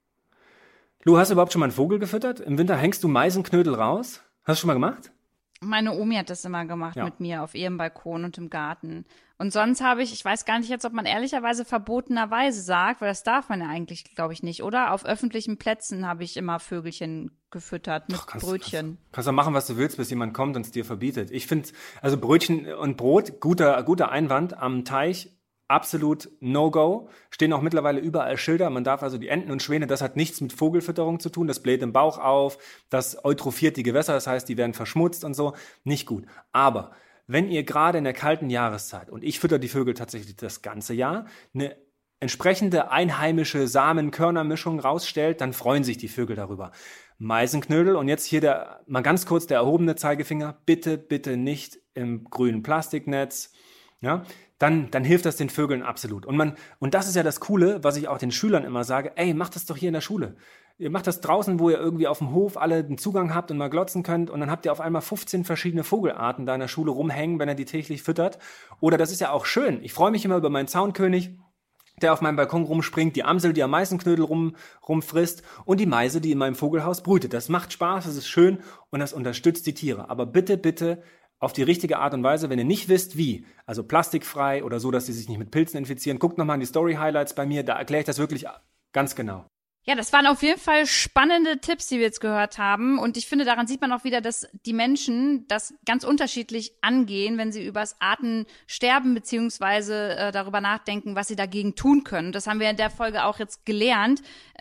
Lu, hast du überhaupt schon mal einen Vogel gefüttert? Im Winter hängst du Meisenknödel raus? Hast du schon mal gemacht? Meine Omi hat das immer gemacht mit mir auf ihrem Balkon und im Garten. Und sonst habe ich weiß gar nicht jetzt, ob man ehrlicherweise verbotenerweise sagt, weil das darf man ja eigentlich, glaube ich, nicht, oder? Auf öffentlichen Plätzen habe ich immer Vögelchen gefüttert mit Brötchen. Kannst du machen, was du willst, bis jemand kommt und es dir verbietet. Ich finde, also Brötchen und Brot, guter Einwand am Teich, absolut No-Go. Stehen auch mittlerweile überall Schilder. Man darf also die Enten und Schwäne, das hat nichts mit Vogelfütterung zu tun. Das bläht im Bauch auf, das eutrophiert die Gewässer, das heißt, die werden verschmutzt und so. Nicht gut. Aber wenn ihr gerade in der kalten Jahreszeit, und ich fütter die Vögel tatsächlich das ganze Jahr, eine entsprechende einheimische Samen-Körner-Mischung rausstellt, dann freuen sich die Vögel darüber. Meisenknödel, und jetzt hier mal ganz kurz der erhobene Zeigefinger, bitte, bitte nicht im grünen Plastiknetz, ja, dann hilft das den Vögeln absolut. Und das ist ja das Coole, was ich auch den Schülern immer sage, ey, macht das doch hier in der Schule. Ihr macht das draußen, wo ihr irgendwie auf dem Hof alle den Zugang habt und mal glotzen könnt, und dann habt ihr auf einmal 15 verschiedene Vogelarten da in der Schule rumhängen, wenn ihr die täglich füttert. Oder das ist ja auch schön. Ich freue mich immer über meinen Zaunkönig, der auf meinem Balkon rumspringt, die Amsel, die am Meisenknödel rumfrisst, und die Meise, die in meinem Vogelhaus brütet. Das macht Spaß, das ist schön und das unterstützt die Tiere. Aber bitte, bitte auf die richtige Art und Weise, wenn ihr nicht wisst, wie, also plastikfrei oder so, dass sie sich nicht mit Pilzen infizieren, guckt nochmal in die Story-Highlights bei mir, da erkläre ich das wirklich ganz genau. Ja, das waren auf jeden Fall spannende Tipps, die wir jetzt gehört haben. Und ich finde, daran sieht man auch wieder, dass die Menschen das ganz unterschiedlich angehen, wenn sie übers Artensterben beziehungsweise darüber nachdenken, was sie dagegen tun können. Das haben wir in der Folge auch jetzt gelernt.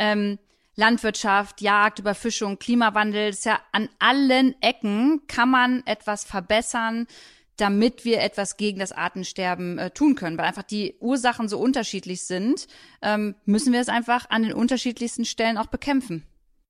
Landwirtschaft, Jagd, Überfischung, Klimawandel, das ist ja an allen Ecken kann man etwas verbessern, damit wir etwas gegen das Artensterben tun können. Weil einfach die Ursachen so unterschiedlich sind, müssen wir es einfach an den unterschiedlichsten Stellen auch bekämpfen.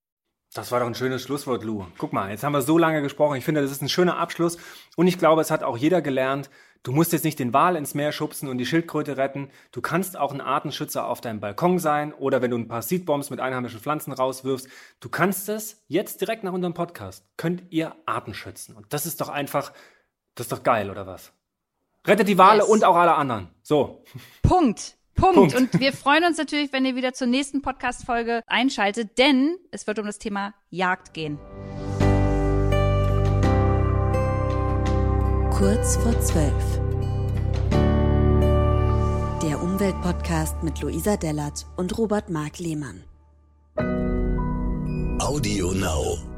Das war doch ein schönes Schlusswort, Lu. Guck mal, jetzt haben wir so lange gesprochen. Ich finde, das ist ein schöner Abschluss. Und ich glaube, es hat auch jeder gelernt, du musst jetzt nicht den Wal ins Meer schubsen und die Schildkröte retten. Du kannst auch ein Artenschützer auf deinem Balkon sein oder wenn du ein paar Seedbombs mit einheimischen Pflanzen rauswirfst. Du kannst es jetzt direkt nach unserem Podcast. Könnt ihr Arten schützen. Und das ist doch einfach, das ist doch geil, oder was? Rettet die Wale und auch alle anderen. So. Punkt. Und wir freuen uns natürlich, wenn ihr wieder zur nächsten Podcast-Folge einschaltet, denn es wird um das Thema Jagd gehen. Kurz vor 12. Der Umweltpodcast mit Luisa Dellert und Robert Marc Lehmann. Audio Now.